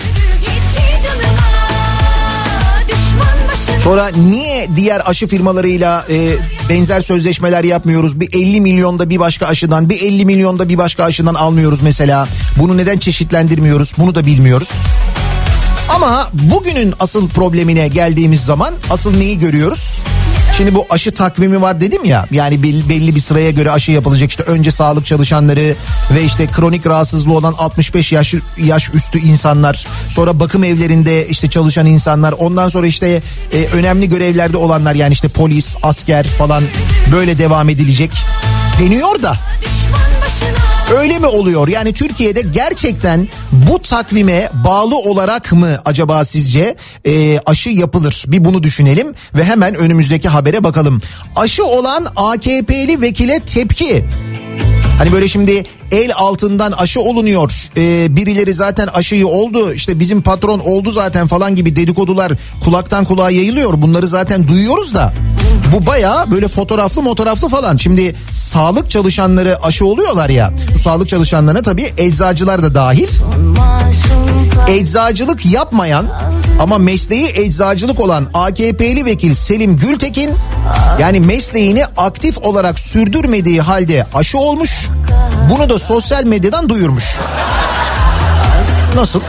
Sonra niye diğer aşı firmalarıyla benzer sözleşmeler yapmıyoruz? Bir 50 milyonda bir başka aşıdan, bir 50 milyonda bir başka aşıdan almıyoruz mesela. Bunu neden çeşitlendirmiyoruz? Bunu da bilmiyoruz. Ama bugünün asıl problemine geldiğimiz zaman asıl neyi görüyoruz? Şimdi bu aşı takvimi var dedim ya, yani belli bir sıraya göre aşı yapılacak. İşte önce sağlık çalışanları ve işte kronik rahatsızlığı olan 65 yaş üstü insanlar, sonra bakım evlerinde işte çalışan insanlar, ondan sonra işte önemli görevlerde olanlar, yani işte polis, asker falan, böyle devam edilecek deniyor da. Öyle mi oluyor? Yani Türkiye'de gerçekten bu takvime bağlı olarak mı acaba sizce aşı yapılır? Bir bunu düşünelim ve hemen önümüzdeki habere bakalım. Aşı olan AKP'li vekile tepki. Hani böyle şimdi el altından aşı olunuyor. Birileri zaten aşıyı oldu, işte bizim patron oldu zaten falan gibi dedikodular kulaktan kulağa yayılıyor. Bunları zaten duyuyoruz da. Bu bayağı böyle fotoğraflı falan. Şimdi sağlık çalışanları aşı oluyorlar ya. Bu sağlık çalışanlarına tabii eczacılar da dahil. Eczacılık yapmayan ama mesleği eczacılık olan AKP'li vekil Selim Gültekin, yani mesleğini aktif olarak sürdürmediği halde aşı olmuş. Bunu da sosyal medyadan duyurmuş. Nasıl?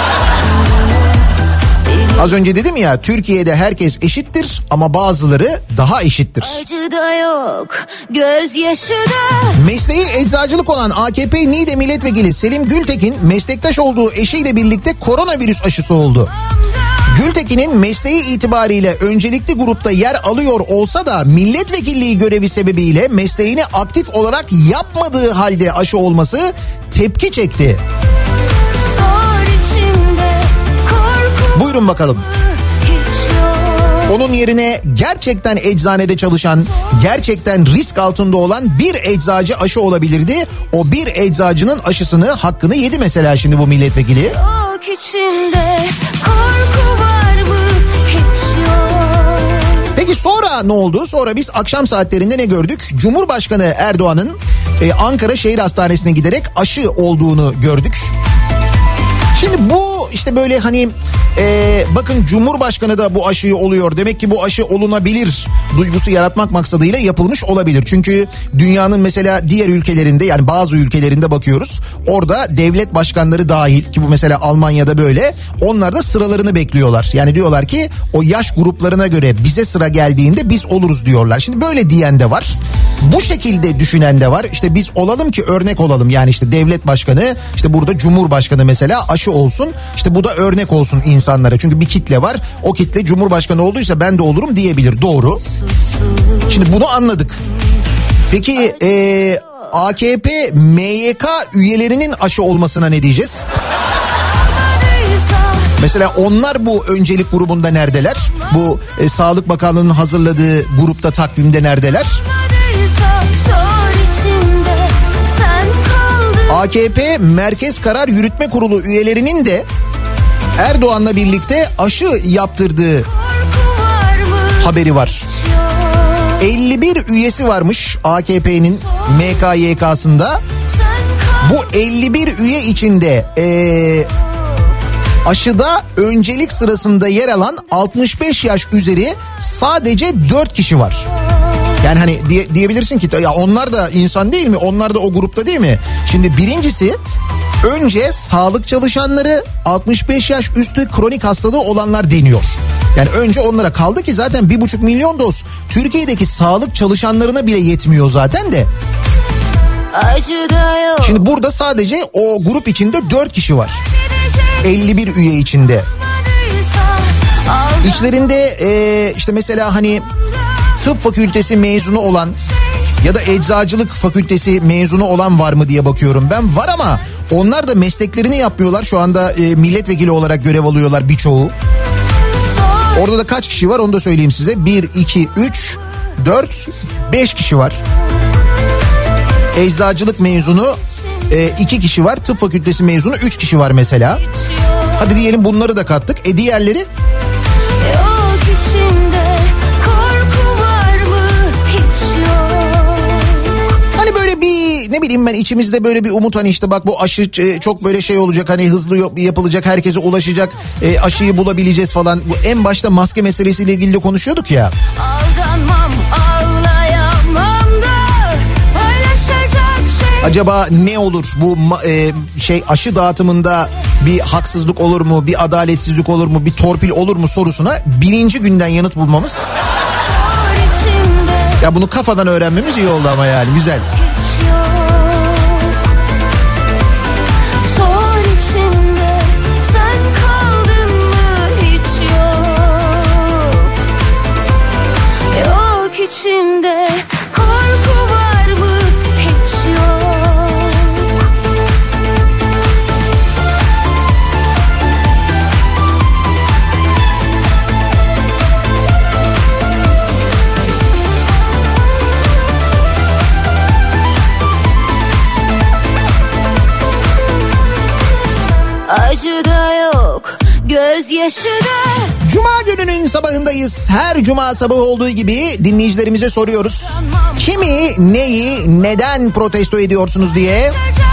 Az önce dedim ya, Türkiye'de herkes eşittir ama bazıları daha eşittir. Acı da yok, gözyaşı da. Mesleği eczacılık olan AKP Niğde Milletvekili Selim Gültekin meslektaş olduğu eşiyle birlikte koronavirüs aşısı oldu. Gültekin'in mesleği itibariyle öncelikli grupta yer alıyor olsa da milletvekilliği görevi sebebiyle mesleğini aktif olarak yapmadığı halde aşı olması tepki çekti. Buyurun bakalım. Onun yerine gerçekten eczanede çalışan, gerçekten risk altında olan bir eczacı aşı olabilirdi. O bir eczacının aşısını, hakkını yedi mesela şimdi bu milletvekili. Yok içimde korku var mı? Hiç yok. Peki sonra ne oldu? Sonra biz akşam saatlerinde ne gördük? Cumhurbaşkanı Erdoğan'ın Ankara Şehir Hastanesi'ne giderek aşı olduğunu gördük. Şimdi bu işte böyle hani bakın Cumhurbaşkanı da bu aşıyı oluyor, demek ki bu aşı olunabilir duygusu yaratmak maksadıyla yapılmış olabilir. Çünkü dünyanın mesela diğer ülkelerinde, yani bazı ülkelerinde bakıyoruz, orada devlet başkanları dahil, ki bu mesela Almanya'da böyle, onlar da sıralarını bekliyorlar. Yani diyorlar ki o yaş gruplarına göre bize sıra geldiğinde biz oluruz diyorlar. Şimdi böyle diyen de var. Bu şekilde düşünen de var. İşte biz olalım ki örnek olalım. Yani işte devlet başkanı, işte burada Cumhurbaşkanı mesela aşı olsun. İşte bu da örnek olsun insanlara. Çünkü bir kitle var. O kitle Cumhurbaşkanı olduysa ben de olurum diyebilir. Doğru. Şimdi bunu anladık. Peki AKP MYK üyelerinin aşı olmasına ne diyeceğiz? Mesela onlar bu öncelik grubunda neredeler? Bu Sağlık Bakanlığı'nın hazırladığı grupta, takvimde neredeler? AKP Merkez Karar Yürütme Kurulu üyelerinin de Erdoğan'la birlikte aşı yaptırdığı haberi var. 51 üyesi varmış AKP'nin MKYK'sında. Bu 51 üye içinde aşıda öncelik sırasında yer alan 65 yaş üzeri sadece 4 kişi var. Yani hani diyebilirsin ki ya onlar da insan değil mi? Onlar da o grupta değil mi? Şimdi birincisi, önce sağlık çalışanları, 65 yaş üstü kronik hastalığı olanlar deniyor. Yani önce onlara kaldı ki zaten 1,5 milyon doz Türkiye'deki sağlık çalışanlarına bile yetmiyor zaten de. Şimdi burada sadece o grup içinde 4 kişi var. 51 üye içinde. İçlerinde işte mesela hani tıp fakültesi mezunu olan ya da eczacılık fakültesi mezunu olan var mı diye bakıyorum ben. Var ama onlar da mesleklerini yapmıyorlar. Şu anda milletvekili olarak görev alıyorlar birçoğu. Orada da kaç kişi var onu da söyleyeyim size. 1, 2, 3, 4, 5 kişi var. Eczacılık mezunu 2 kişi var. Tıp fakültesi mezunu 3 kişi var mesela. Hadi diyelim bunları da kattık. Diğerleri? Yok içimde korku var mı? Hiç yok. Hani böyle bir ne bileyim ben içimizde böyle bir umut, hani işte bak bu aşı çok böyle şey olacak, hani hızlı yapılacak, herkese ulaşacak, aşıyı bulabileceğiz falan. Bu en başta maske meselesiyle ilgili de konuşuyorduk ya. Aldanmam, ağlayamam da paylaşacak şey. Acaba ne olur bu aşı dağıtımında, bir haksızlık olur mu, bir adaletsizlik olur mu, bir torpil olur mu sorusuna birinci günden yanıt bulmamız. Ya bunu kafadan öğrenmemiz iyi oldu ama yani güzel. İçimde korku var mı? Hiç yok. Acı da yok, gözyaşı da. Cuma gününün sabahındayız. Her cuma sabahı olduğu gibi dinleyicilerimize soruyoruz. Kimi, neyi, neden protesto ediyorsunuz diye.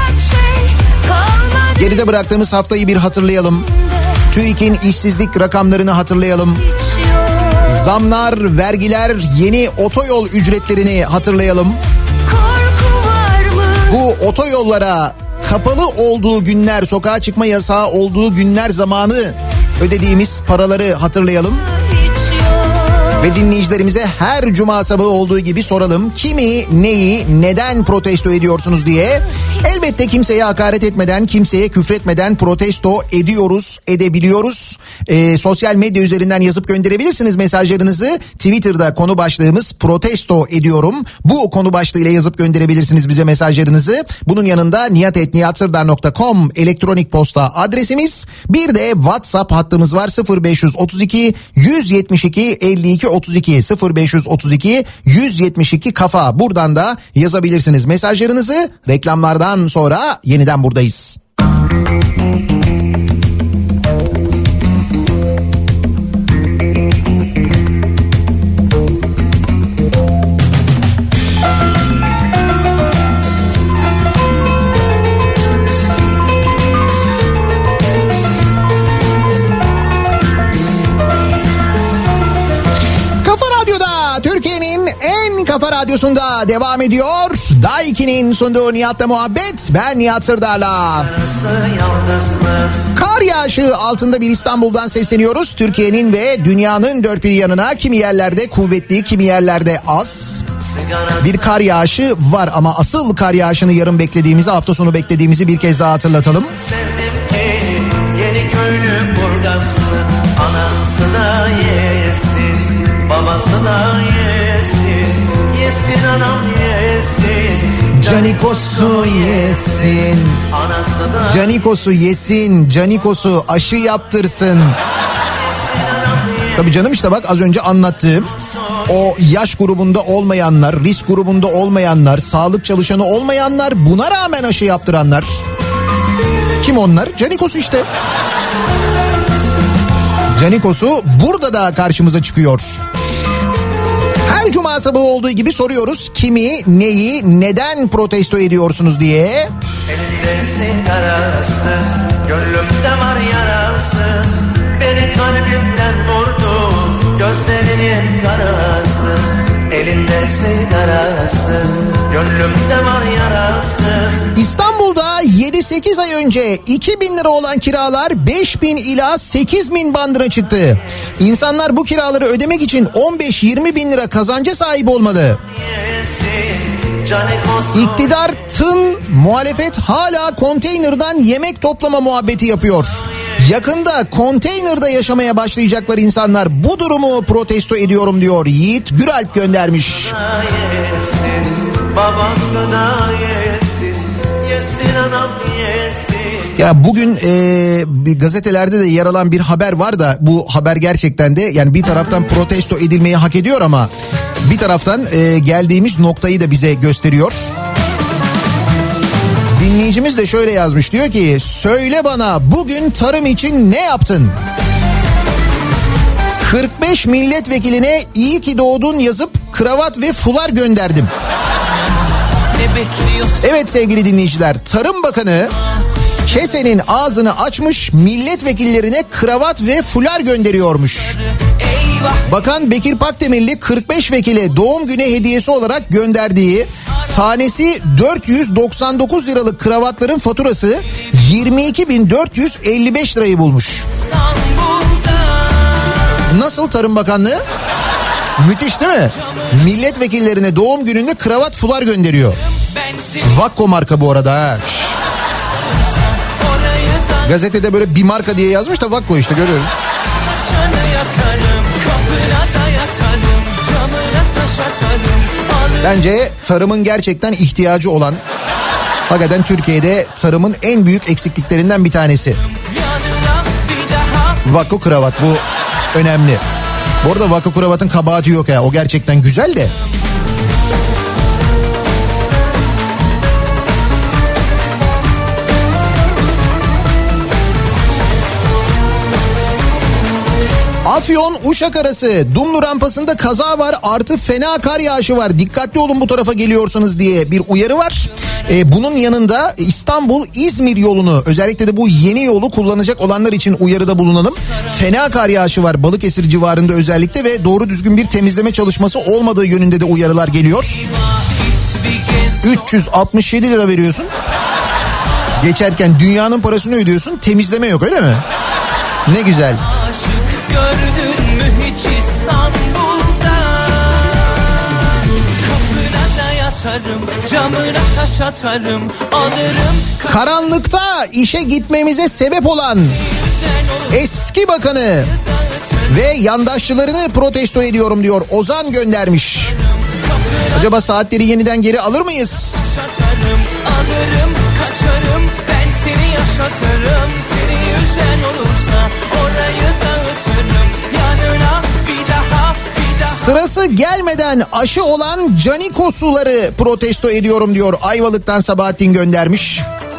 Geride bıraktığımız haftayı bir hatırlayalım. TÜİK'in işsizlik rakamlarını hatırlayalım. Zamlar, vergiler, yeni otoyol ücretlerini hatırlayalım. Bu otoyollara kapalı olduğu günler, sokağa çıkma yasağı olduğu günler zamanı ödediğimiz paraları hatırlayalım. Ve dinleyicilerimize her cuma sabahı olduğu gibi soralım. Kimi, neyi, neden protesto ediyorsunuz diye. Elbette kimseye hakaret etmeden, kimseye küfretmeden protesto ediyoruz, edebiliyoruz. Sosyal medya üzerinden yazıp gönderebilirsiniz mesajlarınızı. Twitter'da konu başlığımız protesto ediyorum. Bu konu başlığıyla yazıp gönderebilirsiniz bize mesajlarınızı. Bunun yanında niyatetniyatsırdar.com elektronik posta adresimiz. Bir de WhatsApp hattımız var. 0532 172 52 32 0532 172 kafa. Buradan da yazabilirsiniz mesajlarınızı. Reklamlardan sonra yeniden buradayız. Kafa Radyosu'nda devam ediyor. Daiki'nin sunduğu Nihat'la muhabbet. Ben Nihat Sırdar'la. Kar yağışı altında bir İstanbul'dan sesleniyoruz. Türkiye'nin ve dünyanın dört bir yanına, kimi yerlerde kuvvetli, kimi yerlerde az bir kar yağışı var. Ama asıl kar yağışını yarın beklediğimizi, hafta sonu beklediğimizi bir kez daha hatırlatalım. Sevdim ki yeni köylü Burgazlı, anası da yesin, babası da yesin, yesin anam yesin. Canikosu yesin, Canikosu yesin, Canikosu aşı yaptırsın. Tabii canım, işte bak az önce anlattığım o yaş grubunda olmayanlar, risk grubunda olmayanlar, sağlık çalışanı olmayanlar, buna rağmen aşı yaptıranlar. Kim onlar? Canikosu işte. Canikosu burada da karşımıza çıkıyor. Her cuma sabahı olduğu gibi soruyoruz. Kimi, neyi, neden protesto ediyorsunuz diye. Elinde sigarası, gönlümde var yarası. Beni kalbimden vurdu, gözlerinin karası. Elinde sigarası, gönlümde var yarası. İstanbul'da 7-8 ay önce 2.000 lira olan kiralar 5.000 ila 8.000 bandına çıktı. İnsanlar bu kiraları ödemek için 15-20 bin lira kazanca sahip olmalı. İktidar tın, muhalefet hala konteynerden yemek toplama muhabbeti yapıyor. Yakında konteynerde yaşamaya başlayacaklar insanlar. Bu durumu protesto ediyorum diyor. Yiğit Güralp göndermiş. Yesin, babası da yesin, yesin anam yesin. Ya bugün gazetelerde de yer alan bir haber var da bu haber gerçekten de yani bir taraftan protesto edilmeyi hak ediyor ama bir taraftan geldiğimiz noktayı da bize gösteriyor. Dinleyicimiz de şöyle yazmış, diyor ki söyle bana bugün tarım için ne yaptın? 45 milletvekiline iyi ki doğdun yazıp kravat ve fular gönderdim. Evet sevgili dinleyiciler, Tarım Bakanı kesenin ağzını açmış, milletvekillerine kravat ve fular gönderiyormuş. Bakan Bekir Pakdemirli 45 vekile doğum günü hediyesi olarak gönderdiği tanesi 499 liralık kravatların faturası 22.455 lirayı bulmuş. Nasıl Tarım Bakanlığı? Müthiş değil mi? Milletvekillerine doğum gününde kravat fular gönderiyor. Vakko marka bu arada ha. Gazetede böyle bir marka diye yazmış da Vakko işte, görüyorum. Bence tarımın gerçekten ihtiyacı olan, hakikaten Türkiye'de tarımın en büyük eksikliklerinden bir tanesi. Vakko kravat, bu önemli. Bu arada Vakko kravatın kabahati yok ya, o gerçekten güzel de. Afyon Uşak arası Dumlu rampasında kaza var, artı fena kar yağışı var, dikkatli olun bu tarafa geliyorsanız diye bir uyarı var. Bunun yanında İstanbul-İzmir yolunu, özellikle de bu yeni yolu kullanacak olanlar için uyarıda bulunalım. Fena kar yağışı var Balıkesir civarında özellikle ve doğru düzgün bir temizleme çalışması olmadığı yönünde de uyarılar geliyor. 367 lira veriyorsun. Geçerken dünyanın parasını ödüyorsun, temizleme yok, öyle mi? Ne güzel. Gördün mü hiç İstanbul'da? Kapına da yatarım, camına taş atarım, alırım. Karanlıkta işe gitmemize sebep olan eski bakanı ve yandaşçılarını protesto ediyorum diyor. Ozan göndermiş. Acaba saatleri yeniden geri alır mıyız? Atarım, alırım, kaçarım, ben seni yaşatırım. Seni üzen olursa orayı dağıtırım. Yanına bir daha. Sırası gelmeden aşı olan Caniko suları protesto ediyorum diyor. Ayvalık'tan Sabahattin göndermiş.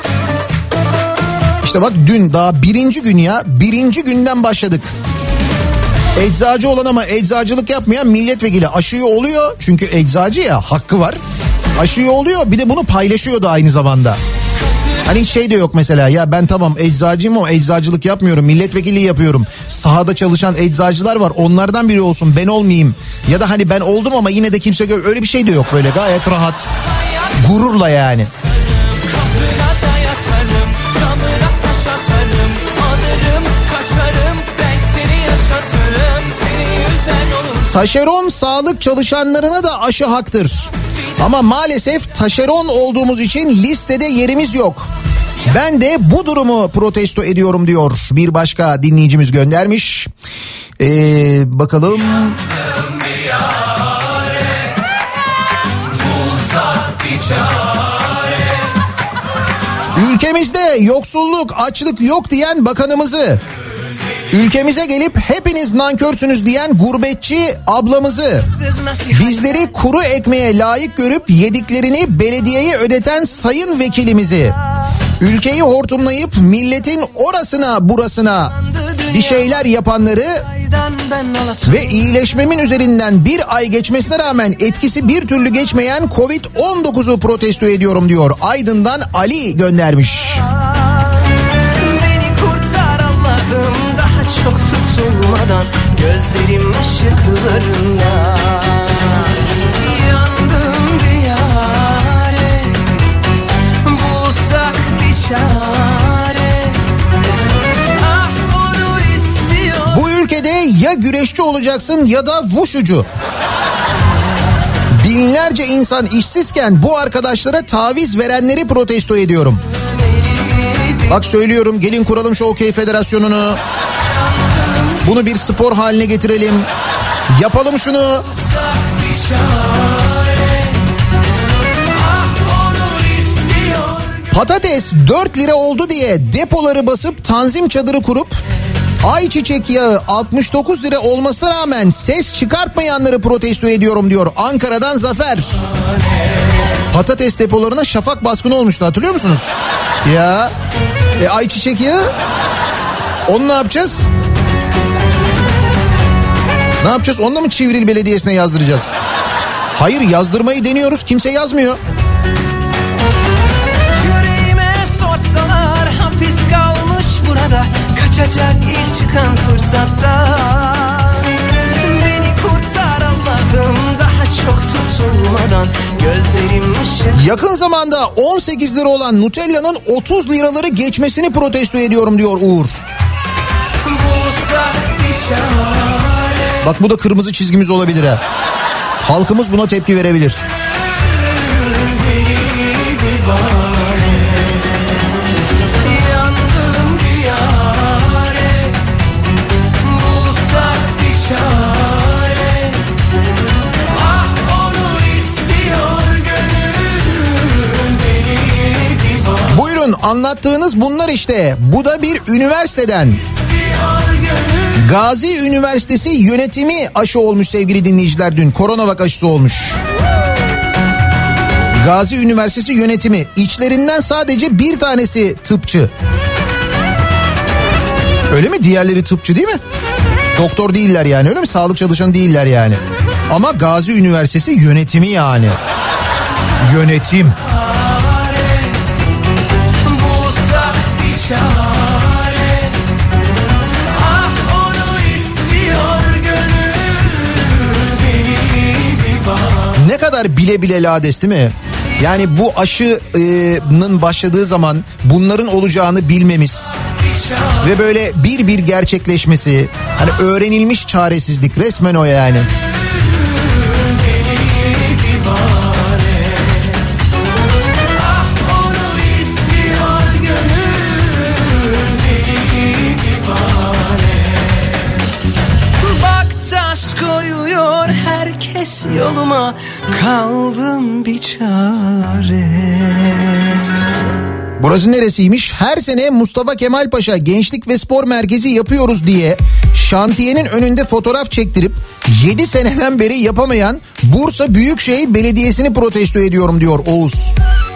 İşte bak, dün daha birinci gün ya, birinci günden başladık. Eczacı olan ama eczacılık yapmayan milletvekili aşıyı oluyor. Çünkü eczacı ya, hakkı var. Aşıyı oluyor, bir de bunu paylaşıyor da aynı zamanda. Hani hiç şey de yok mesela, ya ben tamam eczacıyım ama eczacılık yapmıyorum, milletvekilliği yapıyorum. Sahada çalışan eczacılar var, onlardan biri olsun, ben olmayayım. Ya da hani ben oldum ama yine de kimse öyle bir şey de yok, böyle gayet rahat. Gururla yani. Taşeron sağlık çalışanlarına da aşı haktır. Ama maalesef taşeron olduğumuz için listede yerimiz yok. Ben de bu durumu protesto ediyorum diyor. Bir başka dinleyicimiz göndermiş. Bakalım. Ülkemizde yoksulluk, açlık yok diyen bakanımızı, ülkemize gelip hepiniz nankörsünüz diyen gurbetçi ablamızı, bizleri kuru ekmeğe layık görüp yediklerini belediyeye ödeten sayın vekilimizi, ülkeyi hortumlayıp milletin orasına burasına bir şeyler yapanları Ve iyileşmemin üzerinden bir ay geçmesine rağmen etkisi bir türlü geçmeyen Covid-19'u protesto ediyorum diyor. Aydın'dan Ali göndermiş. Beni kurtar Allah'ım, daha çok tutulmadan gözlerim ışıklarında. Yandım diyare, bulsak bir çare. Ah onu istiyor. Bu ülkede ya güreşçi olacaksın ya da vuşucu. Binlerce insan işsizken bu arkadaşlara taviz verenleri protesto ediyorum. Bak söylüyorum, gelin kuralım şu Okey Federasyonu'nu. Bunu bir spor haline getirelim. Yapalım şunu. Patates 4 lira oldu diye depoları basıp tanzim çadırı kurup ayçiçek yağı 69 lira olmasına rağmen ses çıkartmayanları protesto ediyorum diyor. Ankara'dan Zafer. Patates depolarına şafak baskını olmuştu, hatırlıyor musunuz? Ya ayçiçek yağı, onu ne yapacağız? Ne yapacağız? Onunla mı Çivril Belediyesi'ne yazdıracağız? Hayır, yazdırmayı deniyoruz, kimse yazmıyor. Yüreğime sorsalar hapis kalmış burada, kaçacak ilk çıkan fırsatta. Beni kurtar Allah'ım, daha çok tutulmadan gözlerim ışık. Yakın zamanda 18 lira olan Nutella'nın 30 liraları geçmesini protesto ediyorum diyor Uğur. Bak bu da kırmızı çizgimiz olabilir ha. Halkımız buna tepki verebilir. Buyurun, anlattığınız bunlar işte. Bu da bir üniversiteden. Gazi Üniversitesi yönetimi aşı olmuş sevgili dinleyiciler dün. Coronavac aşısı olmuş. Gazi Üniversitesi yönetimi. İçlerinden sadece bir tanesi tıpçı. Öyle mi? Diğerleri tıpçı değil mi? Doktor değiller yani, öyle mi? Sağlık çalışanı değiller yani. Ama Gazi Üniversitesi yönetimi yani. Yönetim. Ne kadar bile bile lades değil mi? Yani bu aşının başladığı zaman bunların olacağını bilmemiz ve böyle bir bir gerçekleşmesi, hani öğrenilmiş çaresizlik resmen o yani. Yoluma kaldım bir çare. Burası neresiymiş? Her sene Mustafa Kemal Paşa Gençlik ve Spor Merkezi yapıyoruz diye şantiyenin önünde fotoğraf çektirip 7 seneden beri yapamayan Bursa Büyükşehir Belediyesi'ni protesto ediyorum diyor Oğuz.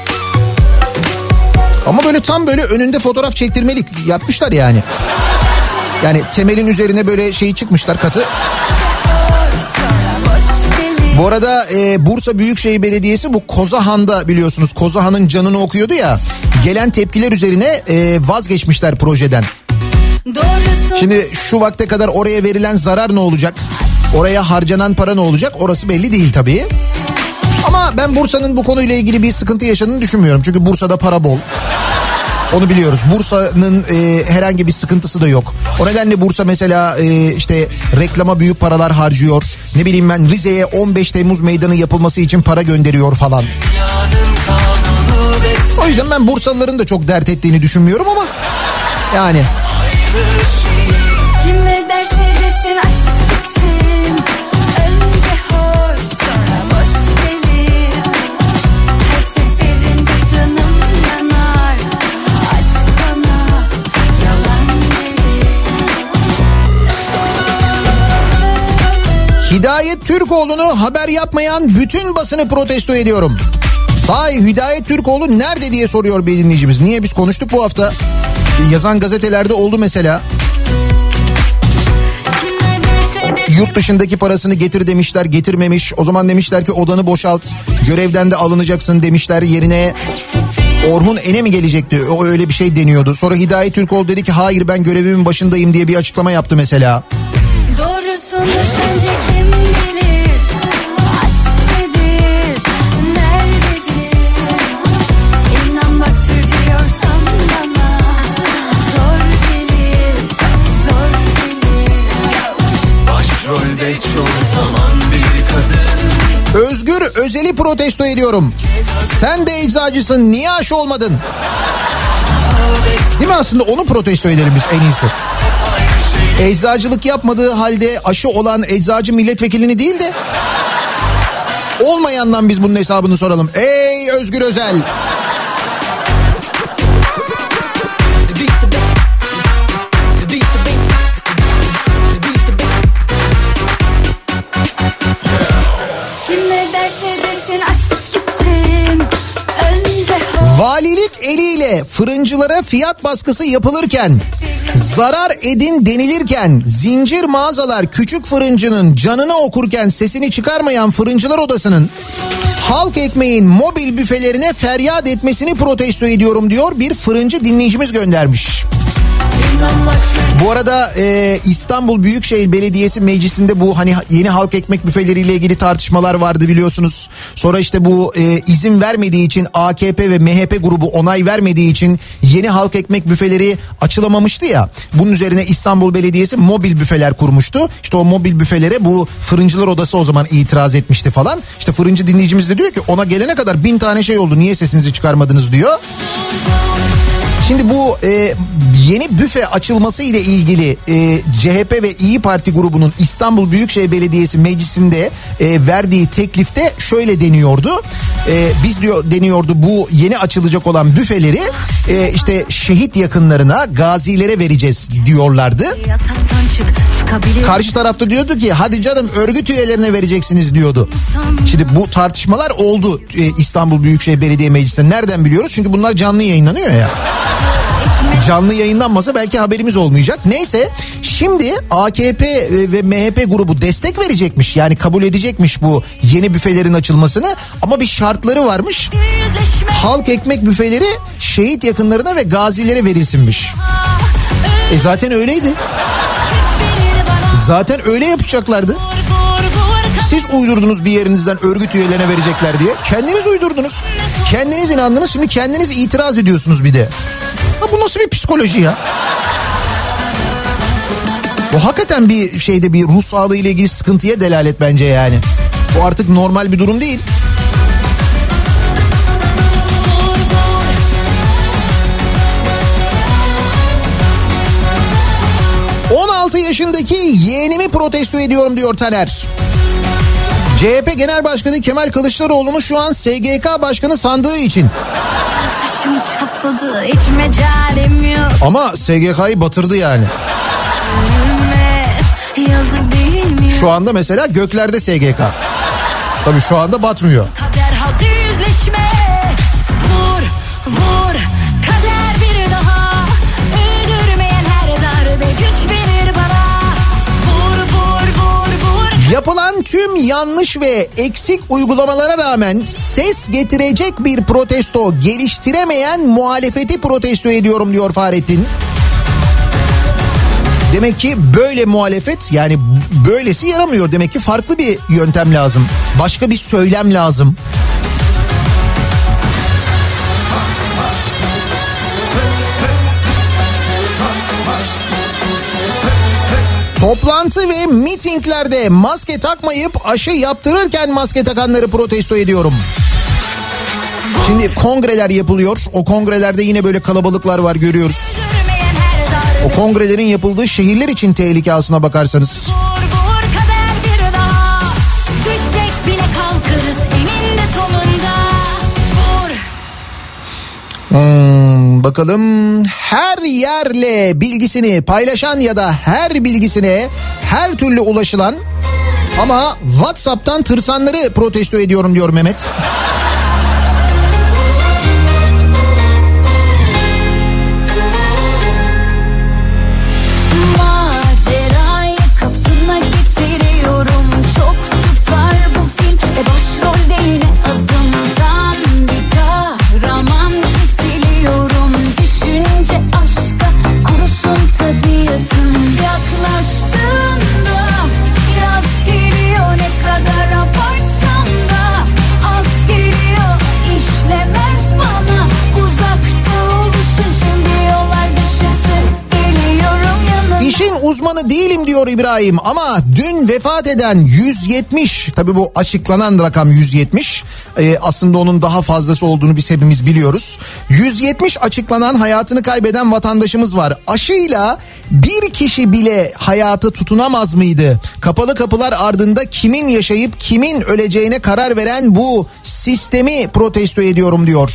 Ama böyle tam böyle önünde fotoğraf çektirmelik yapmışlar yani. Yani temelin üzerine böyle şeyi çıkmışlar, katı. Bu arada Bursa Büyükşehir Belediyesi bu Kozahan'da, biliyorsunuz Kozahan'ın canını okuyordu ya. Gelen tepkiler üzerine vazgeçmişler projeden. Şimdi şu vakte kadar oraya verilen zarar ne olacak? Oraya harcanan para ne olacak? Orası belli değil tabii. Ama ben Bursa'nın bu konuyla ilgili bir sıkıntı yaşadığını düşünmüyorum. Çünkü Bursa'da para bol. Onu biliyoruz. Bursa'nın herhangi bir sıkıntısı da yok. O nedenle Bursa mesela işte reklama büyük paralar harcıyor. Ne bileyim ben, Rize'ye 15 Temmuz meydanı yapılması için para gönderiyor falan. O yüzden ben Bursalıların da çok dert ettiğini düşünmüyorum ama yani. Kim ne derse desin aşk için, önce hoş sonra boş gelir. Her seferinde canım yanar, aşk bana yalan gelir. Hidayet Türkoğlu'nu haber yapmayan bütün basını protesto ediyorum. Sahi Hidayet Türkoğlu nerede diye soruyor bir dinleyicimiz. Niye, biz konuştuk bu hafta. Yazan gazetelerde oldu mesela. Yurt dışındaki parasını getir demişler, getirmemiş. O zaman demişler ki odanı boşalt, görevden de alınacaksın demişler. Yerine Orhun Ene mi gelecekti? O öyle bir şey deniyordu. Sonra Hidayet Türkoğlu dedi ki hayır ben görevimin başındayım diye bir açıklama yaptı mesela. Doğrusunu sence kim bilir? Aşk nedir? Nerededir? İnanmaktır diyorsan bana zor gelir, çok zor gelir. Başrolde çoğu zaman bir kadın. Özgür Özel'i protesto ediyorum. Sen de eczacısın, niye aşı olmadın? Değil mi, aslında onu protesto edelim biz en iyisi. Eczacılık yapmadığı halde aşı olan eczacı milletvekilini değil de olmayandan biz bunun hesabını soralım. Ey Özgür Özel! Valilik eliyle fırıncılara fiyat baskısı yapılırken, zarar edin denilirken, zincir mağazalar küçük fırıncının canını okurken sesini çıkarmayan Fırıncılar Odası'nın halk ekmeğin mobil büfelerine feryat etmesini protesto ediyorum diyor bir fırıncı dinleyicimiz göndermiş. Bu arada İstanbul Büyükşehir Belediyesi Meclisi'nde bu hani yeni halk ekmek büfeleriyle ilgili tartışmalar vardı biliyorsunuz. Sonra işte bu izin vermediği için AKP ve MHP grubu onay vermediği için yeni halk ekmek büfeleri açılamamıştı ya. Bunun üzerine İstanbul Belediyesi mobil büfeler kurmuştu. İşte o mobil büfelere bu Fırıncılar Odası o zaman itiraz etmişti falan. İşte fırıncı dinleyicimiz de diyor ki ona gelene kadar 1000 tane şey oldu, niye sesinizi çıkarmadınız diyor. Şimdi bu yeni büfe açılması ile ilgili CHP ve İyi Parti grubunun İstanbul Büyükşehir Belediyesi Meclisi'nde verdiği teklifte şöyle deniyordu. Biz deniyordu bu yeni açılacak olan büfeleri işte şehit yakınlarına, gazilere vereceğiz diyorlardı. Karşı tarafta diyordu ki hadi canım örgüt üyelerine vereceksiniz diyordu. Şimdi bu tartışmalar oldu İstanbul Büyükşehir Belediye Meclisi'nde. Nereden biliyoruz? Çünkü bunlar canlı yayınlanıyor ya. Canlı yayınlanmasa belki haberimiz olmayacak. Neyse, şimdi AKP ve MHP grubu destek verecekmiş. Yani kabul edecekmiş bu yeni büfelerin açılmasını. Ama bir şartları varmış. Halk ekmek büfeleri şehit yakınlarına ve gazilere verilsinmiş. Zaten öyleydi. Zaten öyle yapacaklardı. Siz uydurdunuz bir yerinizden örgüt üyelerine verecekler diye. Kendiniz uydurdunuz. Kendiniz inandınız, şimdi kendiniz itiraz ediyorsunuz bir de. Ha, bu nasıl bir psikoloji ya? Bu hakikaten bir şeyde bir ruh sağlığı ile ilgili sıkıntıya delalet bence yani. Bu artık normal bir durum değil. ...16 yaşındaki yeğenimi protesto ediyorum diyor Taner. CHP Genel Başkanı Kemal Kılıçdaroğlu'nu şu an SGK Başkanı sandığı için. Çatladı, hiç mecalim yok. Ama SGK'yı batırdı yani. Yazık değil mi? Şu anda mesela göklerde SGK. Tabii şu anda batmıyor. Kader hadi yüzleşme. Vur, vur. Kader bir daha. Öldürmeyen her darbe güç verir bana. Vur, vur, vur, vur. Yapılan tüm yanlış ve eksik uygulamalara rağmen ses getirecek bir protesto geliştiremeyen muhalefeti protesto ediyorum diyor Fahrettin. Demek ki böyle muhalefet, yani böylesi yaramıyor. Demek ki farklı bir yöntem lazım. Başka bir söylem lazım. Toplantı ve mitinglerde maske takmayıp aşı yaptırırken maske takanları protesto ediyorum. Şimdi kongreler yapılıyor. O kongrelerde yine böyle kalabalıklar var, görüyoruz. O kongrelerin yapıldığı şehirler için tehlike aslına bakarsanız. Bakalım, her yerle bilgisini paylaşan ya da her bilgisine her türlü ulaşılan ama WhatsApp'tan tırsanları protesto ediyorum diyor Mehmet. Macerayı kapına getirir. uzmanı değilim diyor İbrahim ama dün vefat eden 170, tabii bu açıklanan rakam 170, aslında onun daha fazlası olduğunu biz hepimiz biliyoruz. 170 açıklanan hayatını kaybeden vatandaşımız var. Aşıyla bir kişi bile hayatı tutunamaz mıydı? Kapalı kapılar ardında kimin yaşayıp kimin öleceğine karar veren bu sistemi protesto ediyorum diyor.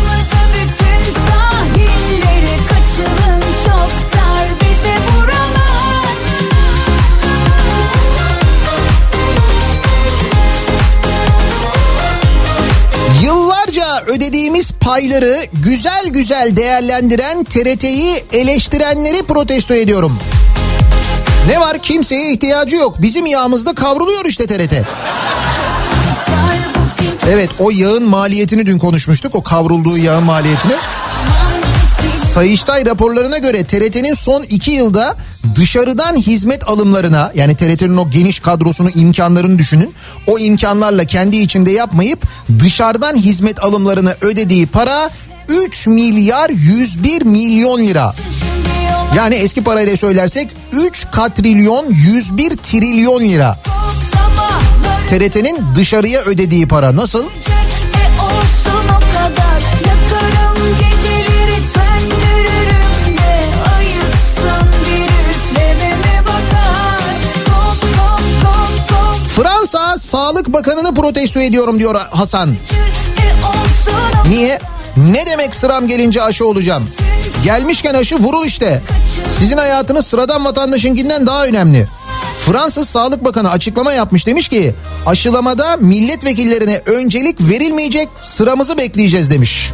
Yıllarca ödediğimiz payları güzel güzel değerlendiren TRT'yi eleştirenleri protesto ediyorum. Ne var, kimseye ihtiyacı yok. Bizim yağımızda kavruluyor işte TRT. Evet, o yağın maliyetini dün konuşmuştuk. O kavrulduğu yağın maliyetini. Sayıştay raporlarına göre TRT'nin son 2 yılda dışarıdan hizmet alımlarına, yani TRT'nin o geniş kadrosunu, imkanlarını düşünün. O imkanlarla kendi içinde yapmayıp dışarıdan hizmet alımlarına ödediği para 3 milyar 101 milyon lira. Yani eski parayla söylersek 3 katrilyon 101 trilyon lira. TRT'nin dışarıya ödediği para nasıl? Fransa Sağlık Bakanı'nı protesto ediyorum diyor Hasan. Niye? Ne demek sıram gelince aşı olacağım? Gelmişken aşı vurul işte. Sizin hayatınız sıradan vatandaşınkinden daha önemli. Fransız Sağlık Bakanı açıklama yapmış, demiş ki aşılamada milletvekillerine öncelik verilmeyecek, sıramızı bekleyeceğiz demiş.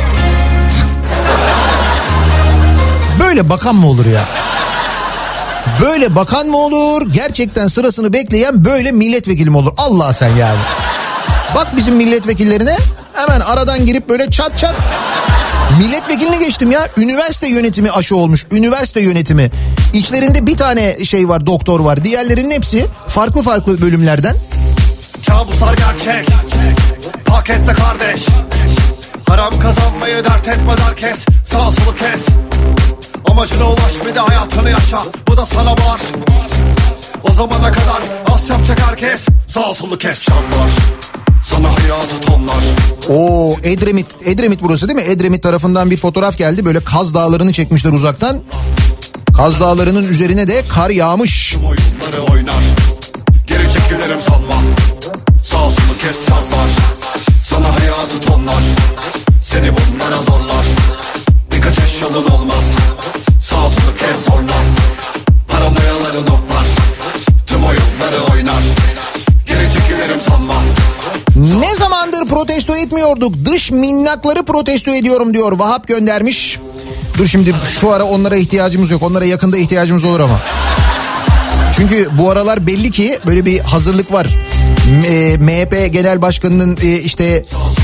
Böyle bakan mı olur ya? Böyle bakan mı olur? Gerçekten sırasını bekleyen böyle milletvekili mi olur? Allah sen yani. Bak bizim milletvekillerine, hemen aradan girip böyle çat çat. Milletvekiline geçtim ya. Üniversite yönetimi aşı olmuş. Üniversite yönetimi. İçlerinde bir tane şey var, doktor var. Diğerlerinin hepsi farklı farklı bölümlerden. Kabuslar gerçek. Pakette kardeş. Haram kazanmayı dert etmez herkes. Sağ solu kes. Amacına ulaş, bir de hayatını yaşa. Bu da sana var. O zamana kadar az yapacak herkes. Sağ solu kes, şanlar. Sana hayatı tonlar. Oo, Edremit burası değil mi? Edremit tarafından bir fotoğraf geldi. Böyle Kaz Dağları'nı çekmişler uzaktan. Kaz Dağları'nın üzerine de kar yağmış. Oyunları oynar. Geri çekilirim sanma. Sağ solu kes, şanlar. Sana hayatı tonlar. Seni bunlara zorlar. Bir kaçış yolun olmaz. Sağ solu kes sonra. Paranoyaları noklar. Tüm oyunları oynar. Geri çekilirim sanma. Ne zamandır protesto etmiyorduk, dış minnakları protesto ediyorum diyor Vahap göndermiş. Dur şimdi, şu ara onlara ihtiyacımız yok, onlara yakında ihtiyacımız olur ama. Çünkü bu aralar belli ki böyle bir hazırlık var. MHP Genel Başkanı'nın işte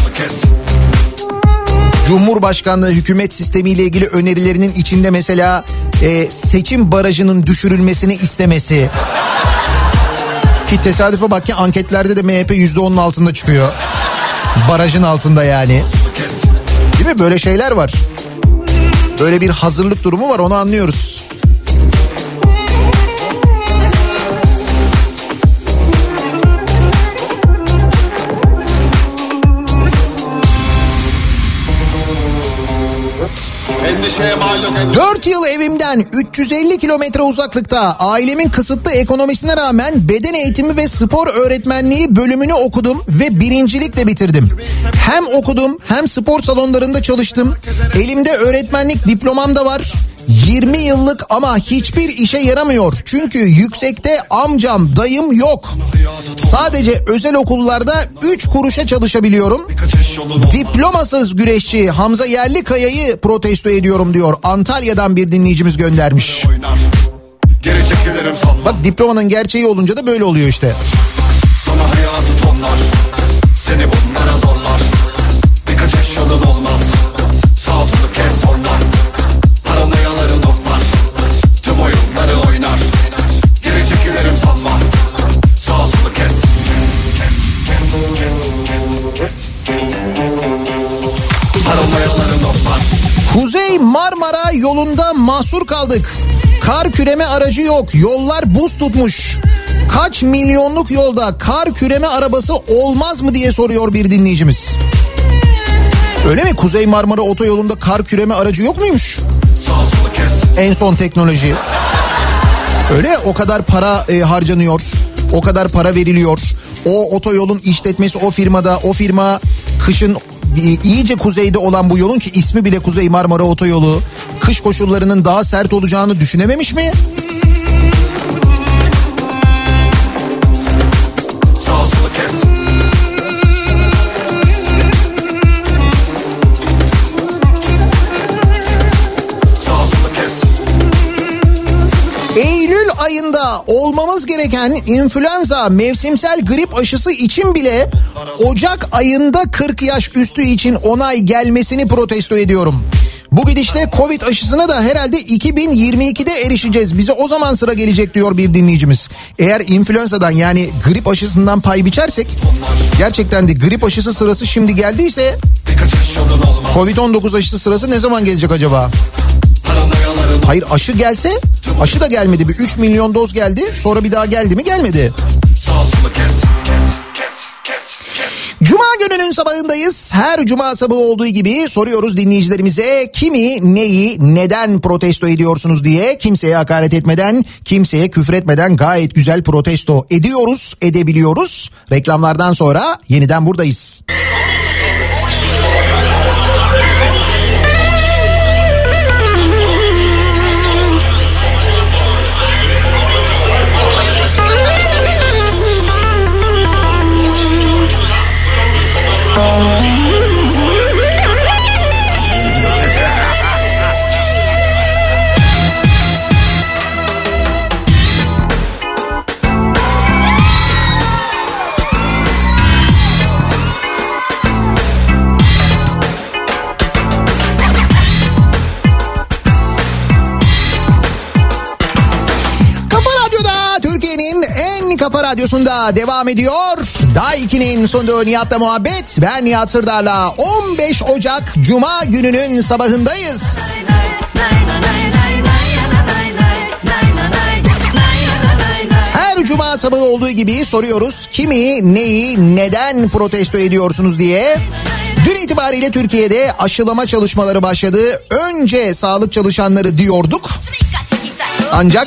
Cumhurbaşkanlığı hükümet sistemiyle ilgili önerilerinin içinde mesela seçim barajının düşürülmesini istemesi. Ki tesadüfe bak ki anketlerde de MHP %10'un altında çıkıyor. Barajın altında yani. Değil mi? Böyle şeyler var. Böyle bir hazırlık durumu var, onu anlıyoruz. Endişeye mal yok. 4 yıl evimden 350 kilometre uzaklıkta ailemin kısıtlı ekonomisine rağmen beden eğitimi ve spor öğretmenliği bölümünü okudum ve birincilikle bitirdim. Hem okudum hem spor salonlarında çalıştım. Elimde öğretmenlik diplomam da var. 20 yıllık ama hiçbir işe yaramıyor. Çünkü yüksekte amcam, dayım yok. Sadece özel okullarda 3 kuruşa çalışabiliyorum. Diplomasız güreşçi Hamza Yerlikaya'yı protesto ediyorum diyor. Antalya'dan bir dinleyicimiz göndermiş. Bak, diplomanın gerçeği olunca da böyle oluyor işte. Sana hayatı tonlar. Seni bunlara zorlar. Bir kaçış yolun olmaz. Sağ solu kes sonra. Paranoyaları noklar. Tüm oyunları oynar. Geri çekilirim sanma. Sağ solu kes. Paranoyaları noklar. Kuzey Marmara yolunda mahsur kaldık. Kar küreme aracı yok. Yollar buz tutmuş. Kaç milyonluk yolda kar küreme arabası olmaz mı diye soruyor bir dinleyicimiz. Öyle mi? Kuzey Marmara Otoyolu'nda kar küreme aracı yok muymuş? En son teknoloji. Öyle, o kadar para harcanıyor. O kadar para veriliyor. O otoyolun işletmesi o firmada. O firma kışın iyice kuzeyde olan bu yolun, ki ismi bile Kuzey Marmara Otoyolu, kış koşullarının daha sert olacağını düşünememiş mi? Eylül ayında olmamız gereken influenza mevsimsel grip aşısı için bile Ocak ayında 40 yaş üstü için onay gelmesini protesto ediyorum. Bu gidişle Covid aşısına da herhalde 2022'de erişeceğiz. Bize o zaman sıra gelecek diyor bir dinleyicimiz. Eğer influenzadan, yani grip aşısından pay biçersek, gerçekten de grip aşısı sırası şimdi geldiyse Covid-19 aşısı sırası ne zaman gelecek acaba? Hayır, aşı gelse, aşı da gelmedi. Bir 3 milyon doz geldi. Sonra bir daha geldi mi? Gelmedi. Cuma gününün sabahındayız. Her cuma sabahı olduğu gibi soruyoruz dinleyicilerimize, kimi, neyi, neden protesto ediyorsunuz diye. Kimseye hakaret etmeden, kimseye küfür etmeden gayet güzel protesto ediyoruz, edebiliyoruz. Reklamlardan sonra yeniden buradayız. Kafa Radyosu'nda devam ediyor. Day 2'nin sonunda Nihat'la muhabbet. Ben Nihat Sırdar'la 15 Ocak Cuma gününün sabahındayız. Her cuma sabahı olduğu gibi soruyoruz, kimi, neyi, neden protesto ediyorsunuz diye. Dün itibariyle Türkiye'de aşılama çalışmaları başladı. Önce sağlık çalışanları diyorduk. Ancak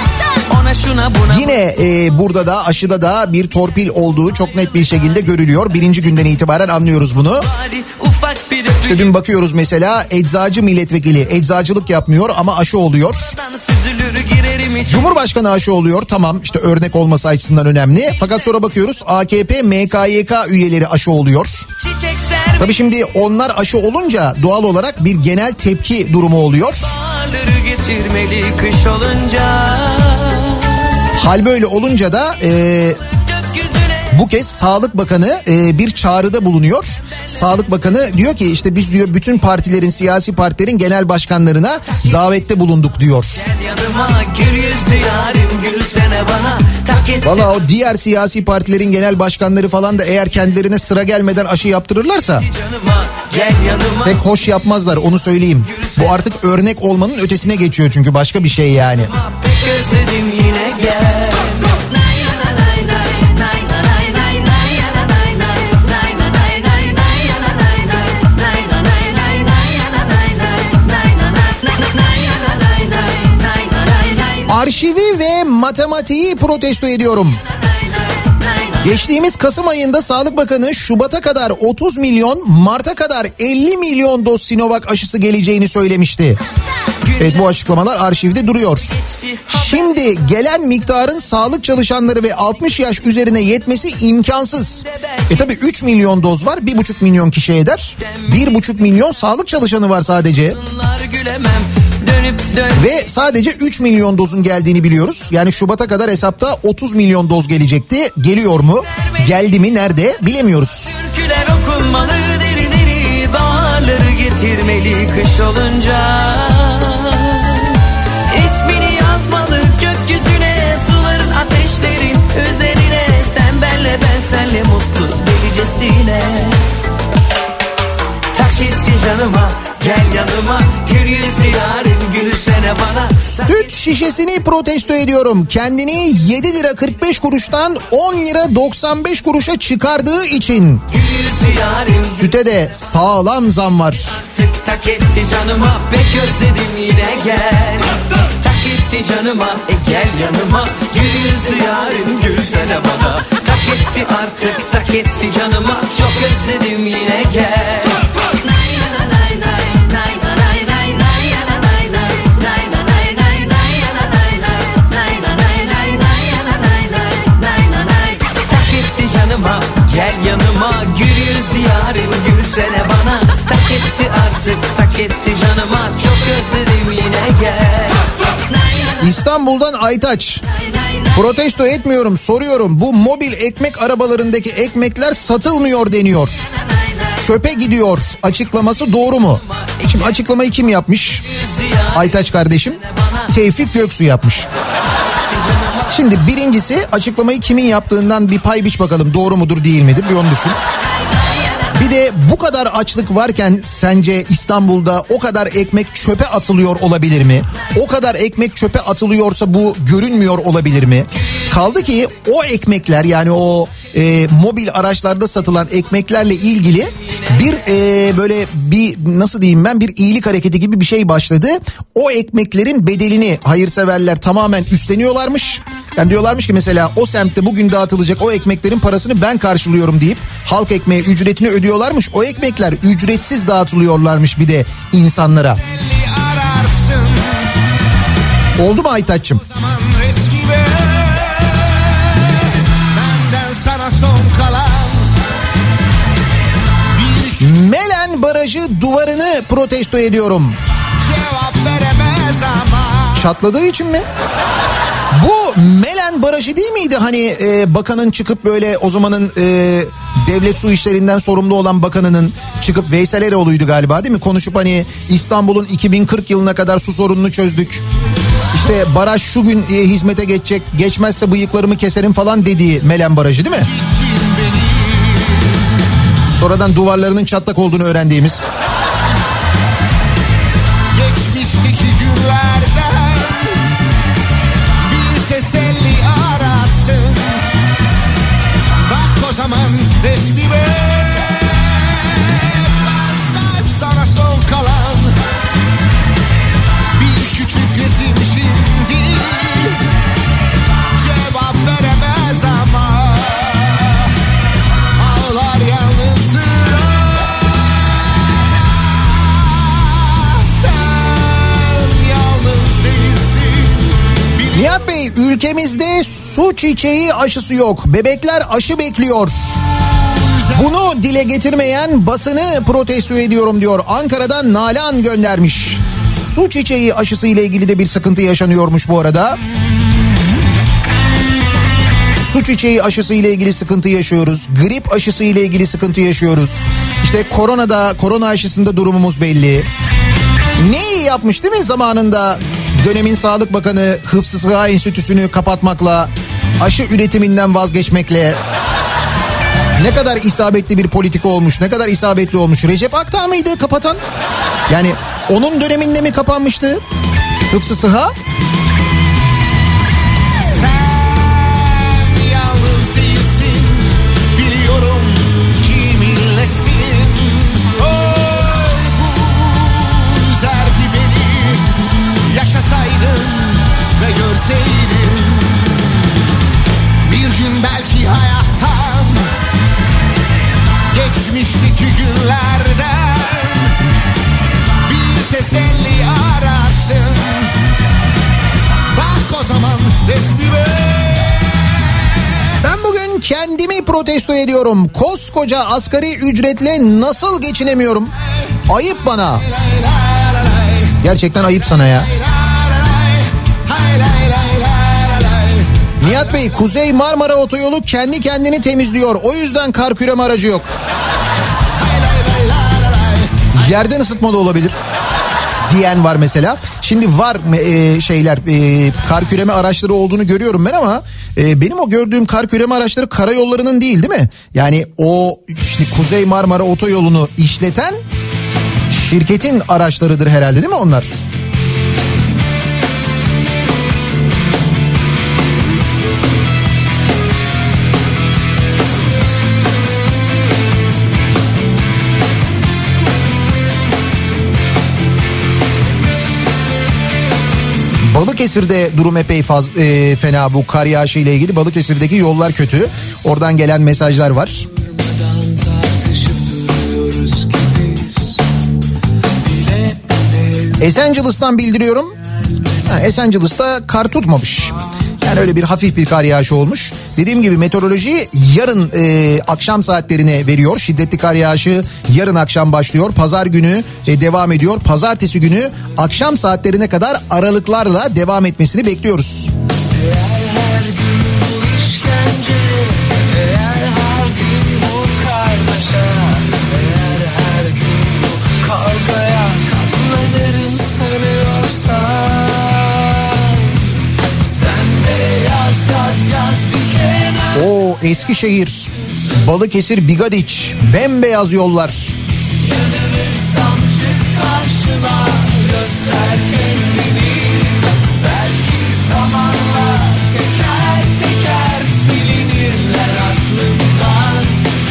yine burada da aşıda da bir torpil olduğu çok net bir şekilde görülüyor. Birinci günden itibaren anlıyoruz bunu. İşte dün bakıyoruz mesela, eczacı milletvekili eczacılık yapmıyor ama aşı oluyor. Cumhurbaşkanı aşı oluyor, tamam, işte örnek olması açısından önemli. Fakat sonra bakıyoruz AKP, MKYK üyeleri aşı oluyor. Tabii şimdi onlar aşı olunca doğal olarak bir genel tepki durumu oluyor. Hal böyle olunca da bu kez Sağlık Bakanı bir çağrıda bulunuyor. Sağlık Bakanı diyor ki, işte biz diyor bütün partilerin, siyasi partilerin genel başkanlarına davette bulunduk diyor. Valla o diğer siyasi partilerin genel başkanları falan da eğer kendilerine sıra gelmeden aşı yaptırırlarsa pek hoş yapmazlar, onu söyleyeyim. Bu artık örnek olmanın ötesine geçiyor çünkü, başka bir şey yani. Arşivi ve matematiği protesto ediyorum. Geçtiğimiz Kasım ayında Sağlık Bakanı Şubat'a kadar 30 milyon, Mart'a kadar 50 milyon doz Sinovac aşısı geleceğini söylemişti. Evet, bu açıklamalar arşivde duruyor. Şimdi gelen miktarın sağlık çalışanları ve 60 yaş üzerine yetmesi imkansız. Tabii 3 milyon doz var, 1,5 milyon kişi eder. 1,5 milyon sağlık çalışanı var sadece. Ve sadece 3 milyon dozun geldiğini biliyoruz. Yani Şubat'a kadar hesapta 30 milyon doz gelecekti. Geliyor mu? Geldi mi? Nerede? Bilemiyoruz. Türküler okunmalı deri deri, baharları getirmeli kış olunca. İsmini yazmalı gökyüzüne, suların ateşlerin üzerine. Sen benle, ben senle mutlu delicesine. Tak etti canıma, gel yanıma, gül yüzü yarim gülsene bana. bana. Süt şişesini protesto ediyorum. Kendini 7 lira 45 kuruştan 10 lira 95 kuruşa çıkardığı için. Süte de sağlam zam var. Tık tak etti canıma, pek özledim yine gel. Tak etti canıma, gel yanıma. Gül yüzü yarim, gülsene bana. Tak etti artık, tak etti canıma. Çok özledim yine gel. Tak etti canıma, gel yanıma. Gül yüzü yarim, gülsene bana. Tak etti artık, tak etti canıma. Çok özledim yine gel. İstanbul'dan Aytaç. Protesto etmiyorum, soruyorum. Bu mobil ekmek arabalarındaki ekmekler satılmıyor deniyor. Çöpe gidiyor açıklaması doğru mu? Şimdi açıklamayı kim yapmış? Aytaç kardeşim. Tevfik Göksu yapmış. Şimdi birincisi, açıklamayı kimin yaptığından bir pay biç bakalım, doğru mudur değil midir, bir onu düşün. Bir de bu kadar açlık varken sence İstanbul'da o kadar ekmek çöpe atılıyor olabilir mi? O kadar ekmek çöpe atılıyorsa bu görünmüyor olabilir mi? Kaldı ki o ekmekler, yani o mobil araçlarda satılan ekmeklerle ilgili bir böyle bir, nasıl diyeyim ben, bir iyilik hareketi gibi bir şey başladı. O ekmeklerin bedelini hayırseverler tamamen üstleniyorlarmış. Yani diyorlarmış ki mesela o semtte bugün dağıtılacak o ekmeklerin parasını ben karşılıyorum deyip halk ekmeği ücretini ödüyorlarmış. O ekmekler ücretsiz dağıtılıyorlarmış bir de insanlara. Oldu mu Aytaç'cığım? Melen Barajı duvarını protesto ediyorum. Çatladığı için mi? Bu Melen Barajı değil miydi hani bakanın çıkıp böyle, o zamanın devlet su işlerinden sorumlu olan bakanının çıkıp, Veysel Eroğlu'ydu galiba değil mi? Konuşup hani İstanbul'un 2040 yılına kadar su sorununu çözdük. İşte baraj şu gün hizmete geçecek, geçmezse bıyıklarımı keserim falan dediği Melen Barajı değil mi? Sonradan duvarlarının çatlak olduğunu öğrendiğimiz. Geçmişteki günlerden bir teselli ararsın. Bak o zaman resmime, benden sana son kalan bir küçük resim şimdi. Cevap veremez ama ağlar yalnızlığa. Nihat Bey, ülkemizde su çiçeği aşısı yok. Bebekler aşı bekliyor. Bunu dile getirmeyen basını protesto ediyorum diyor. Ankara'dan Nalan göndermiş. Su çiçeği aşısı ile ilgili de bir sıkıntı yaşanıyormuş bu arada. Su çiçeği aşısı ile ilgili sıkıntı yaşıyoruz. Grip aşısı ile ilgili sıkıntı yaşıyoruz. İşte korona aşısında durumumuz belli. Ne iyi yapmış değil mi zamanında dönemin Sağlık Bakanı Hıfzı Sıha Enstitüsü'nü kapatmakla, aşı üretiminden vazgeçmekle. Ne kadar isabetli bir politika olmuş, ne kadar isabetli olmuş. Recep Akdağ mıydı kapatan? Yani onun döneminde mi kapanmıştı Hıfzı Sıha? Sen yalnız değilsin, biliyorum kiminlesin. Yaşasaydın ve görseydin bir gün belki hayattan, geçmişteki günlerden bir teselli ararsın. Bak o zaman resmime. Ben bugün kendimi protesto ediyorum. Koskoca asgari ücretle nasıl geçinemiyorum? Ayıp bana. Gerçekten ayıp sana ya. Nihat Bey, Kuzey Marmara Otoyolu kendi kendini temizliyor. O yüzden kar küreme aracı yok. Yerden ısıtma da olabilir diyen var mesela. Şimdi var kar küreme araçları olduğunu görüyorum ben ama benim o gördüğüm kar küreme araçları karayollarının değil mi? Yani o işte Kuzey Marmara Otoyolu'nu işleten şirketin araçlarıdır herhalde değil mi onlar? Balıkesir'de durum epey fena bu kar yağışı ile ilgili. Balıkesir'deki yollar kötü. Oradan gelen mesajlar var. Esencilis'ten bildiriyorum. Esencilis'te kar tutmamış. Yani öyle bir hafif bir kar yağışı olmuş. Dediğim gibi meteoroloji yarın akşam saatlerine veriyor. Şiddetli kar yağışı yarın akşam başlıyor. Pazar günü devam ediyor. Pazartesi günü akşam saatlerine kadar aralıklarla devam etmesini bekliyoruz. Her gün bu işkence, eğer her gün bu karmaşa, eğer her gün bu kavgaya katlanırım sanıyorsan, sen de yaz bir kenar. Oo, Eskişehir, Balıkesir, Bigadiç, bembeyaz yollar. Yanılırsam çık karşıma, göster kendini. Belki zamanla teker teker silinirler aklımdan.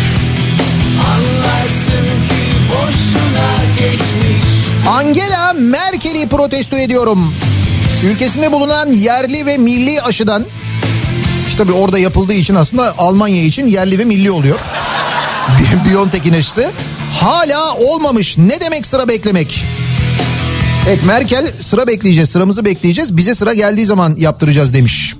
Anlarsın ki boşuna geçmiş. Angela Merkel'i protesto ediyorum. Ülkesinde bulunan yerli ve milli aşıdan, işte tabii orada yapıldığı için aslında Almanya için yerli ve milli oluyor. BioNTech'in aşısı hala olmamış. Ne demek sıra beklemek? Evet, Merkel sıra bekleyeceğiz, sıramızı bekleyeceğiz. Bize sıra geldiği zaman yaptıracağız demiş.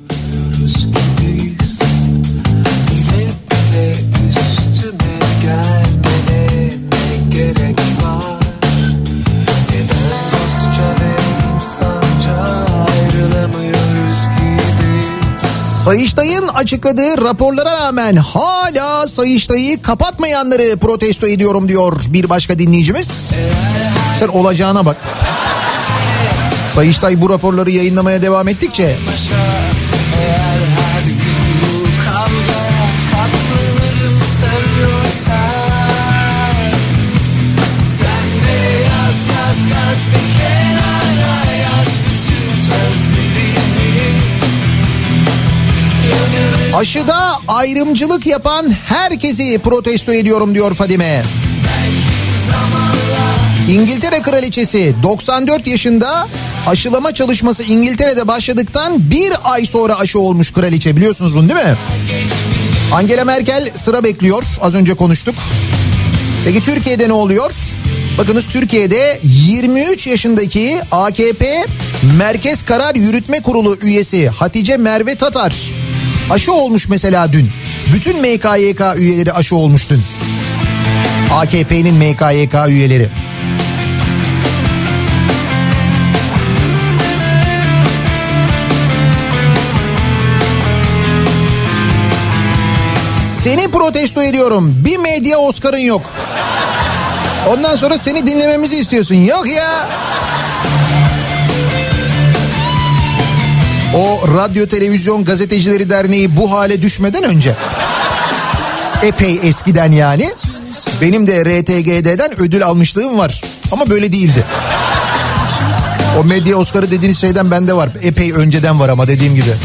Sayıştay'ın açıkladığı raporlara rağmen hala Sayıştay'ı kapatmayanları protesto ediyorum diyor bir başka dinleyicimiz. Sen olacağına bak. Sayıştay bu raporları yayınlamaya devam ettikçe aşıda ayrımcılık yapan herkesi protesto ediyorum diyor Fadime. İngiltere Kraliçesi 94 yaşında, aşılama çalışması İngiltere'de başladıktan bir ay sonra aşı olmuş kraliçe, biliyorsunuz bunu değil mi? Angela Merkel sıra bekliyor, az önce konuştuk. Peki Türkiye'de ne oluyor? Bakınız, Türkiye'de 23 yaşındaki AKP Merkez Karar Yürütme Kurulu üyesi Hatice Merve Tatar aşı olmuş mesela dün. Bütün MKYK üyeleri aşı olmuş dün. AKP'nin MKYK üyeleri. Seni protesto ediyorum. Bir medya Oscar'ın yok. Ondan sonra seni dinlememizi istiyorsun. Yok ya. O Radyo Televizyon Gazetecileri Derneği bu hale düşmeden önce, epey eskiden yani, benim de RTGD'den ödül almışlığım var. Ama böyle değildi. O medya Oscar'ı dediğiniz şeyden bende var. Epey önceden var ama, dediğim gibi.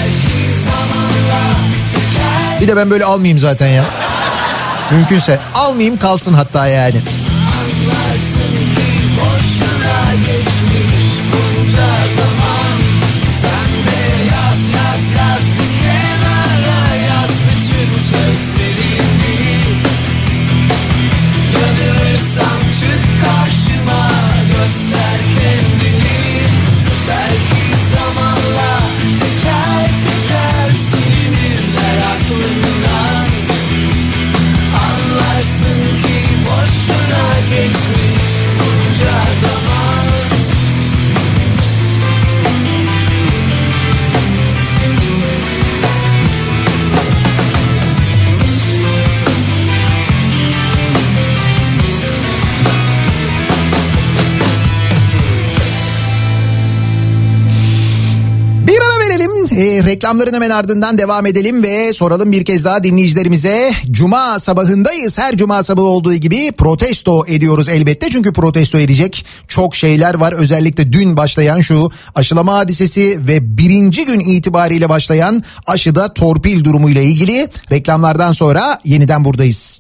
Bir de ben böyle almayayım zaten ya. Mümkünse almayayım, kalsın hatta yani. Anlarsın ki boşuna geçmiş bunca zaman. Sen de yaz bir kenara, yaz bütün sözlerini. Yanılırsam çık karşıma, göster kendini. Belki zamanla teker teker silinirler aklımdan. Anlarsın ki boşuna geçmiş bunca zaman. Reklamların hemen ardından devam edelim ve soralım bir kez daha dinleyicilerimize. Cuma sabahındayız. Her cuma sabahı olduğu gibi protesto ediyoruz elbette. Çünkü protesto edecek çok şeyler var. Özellikle dün başlayan şu aşılama hadisesi ve birinci gün itibariyle başlayan aşıda torpil durumuyla ilgili. Reklamlardan sonra yeniden buradayız.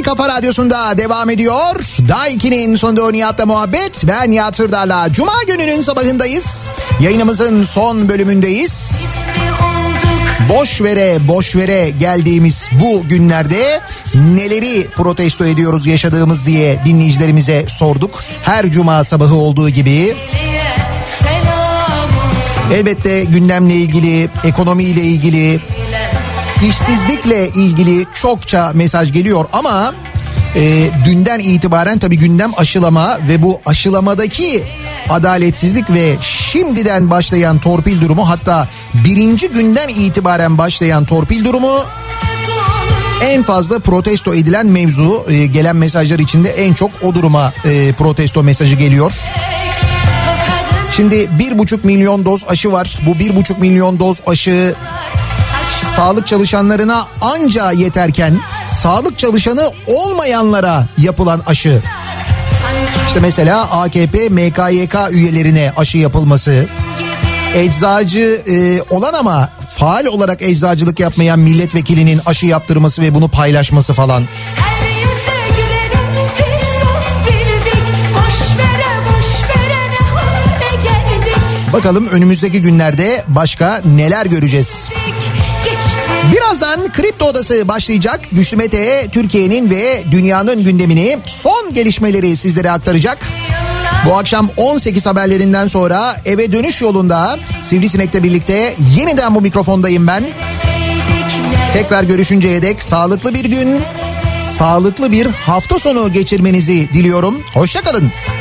Kafa Radyosu'nda devam ediyor. Daiki'nin sonunda Nihat'la muhabbet. Ben Nihat Sırdar'la. Cuma gününün sabahındayız. Yayınımızın son bölümündeyiz. Boş vere geldiğimiz bu günlerde neleri protesto ediyoruz yaşadığımız diye dinleyicilerimize sorduk. Her cuma sabahı olduğu gibi. Elbette gündemle ilgili, ekonomiyle ilgili, işsizlikle ilgili çokça mesaj geliyor ama dünden itibaren tabii gündem aşılama ve bu aşılamadaki adaletsizlik ve şimdiden başlayan torpil durumu, hatta birinci günden itibaren başlayan torpil durumu en fazla protesto edilen mevzu. Gelen mesajlar içinde en çok o duruma protesto mesajı geliyor. Şimdi 1,5 milyon doz aşı var. Bu 1,5 milyon doz aşı sağlık çalışanlarına anca yeterken sağlık çalışanı olmayanlara yapılan aşı. İşte mesela AKP, MKYK üyelerine aşı yapılması, eczacı olan ama faal olarak eczacılık yapmayan milletvekilinin aşı yaptırması ve bunu paylaşması falan. Bakalım önümüzdeki günlerde başka neler göreceğiz. Birazdan Kripto Odası başlayacak. Güçlü Mete Türkiye'nin ve dünyanın gündemini, son gelişmeleri sizlere aktaracak. Bu akşam 18 haberlerinden sonra eve dönüş yolunda Sivrisinek'le birlikte yeniden bu mikrofondayım ben. Tekrar görüşünceye dek sağlıklı bir gün, sağlıklı bir hafta sonu geçirmenizi diliyorum. Hoşça kalın.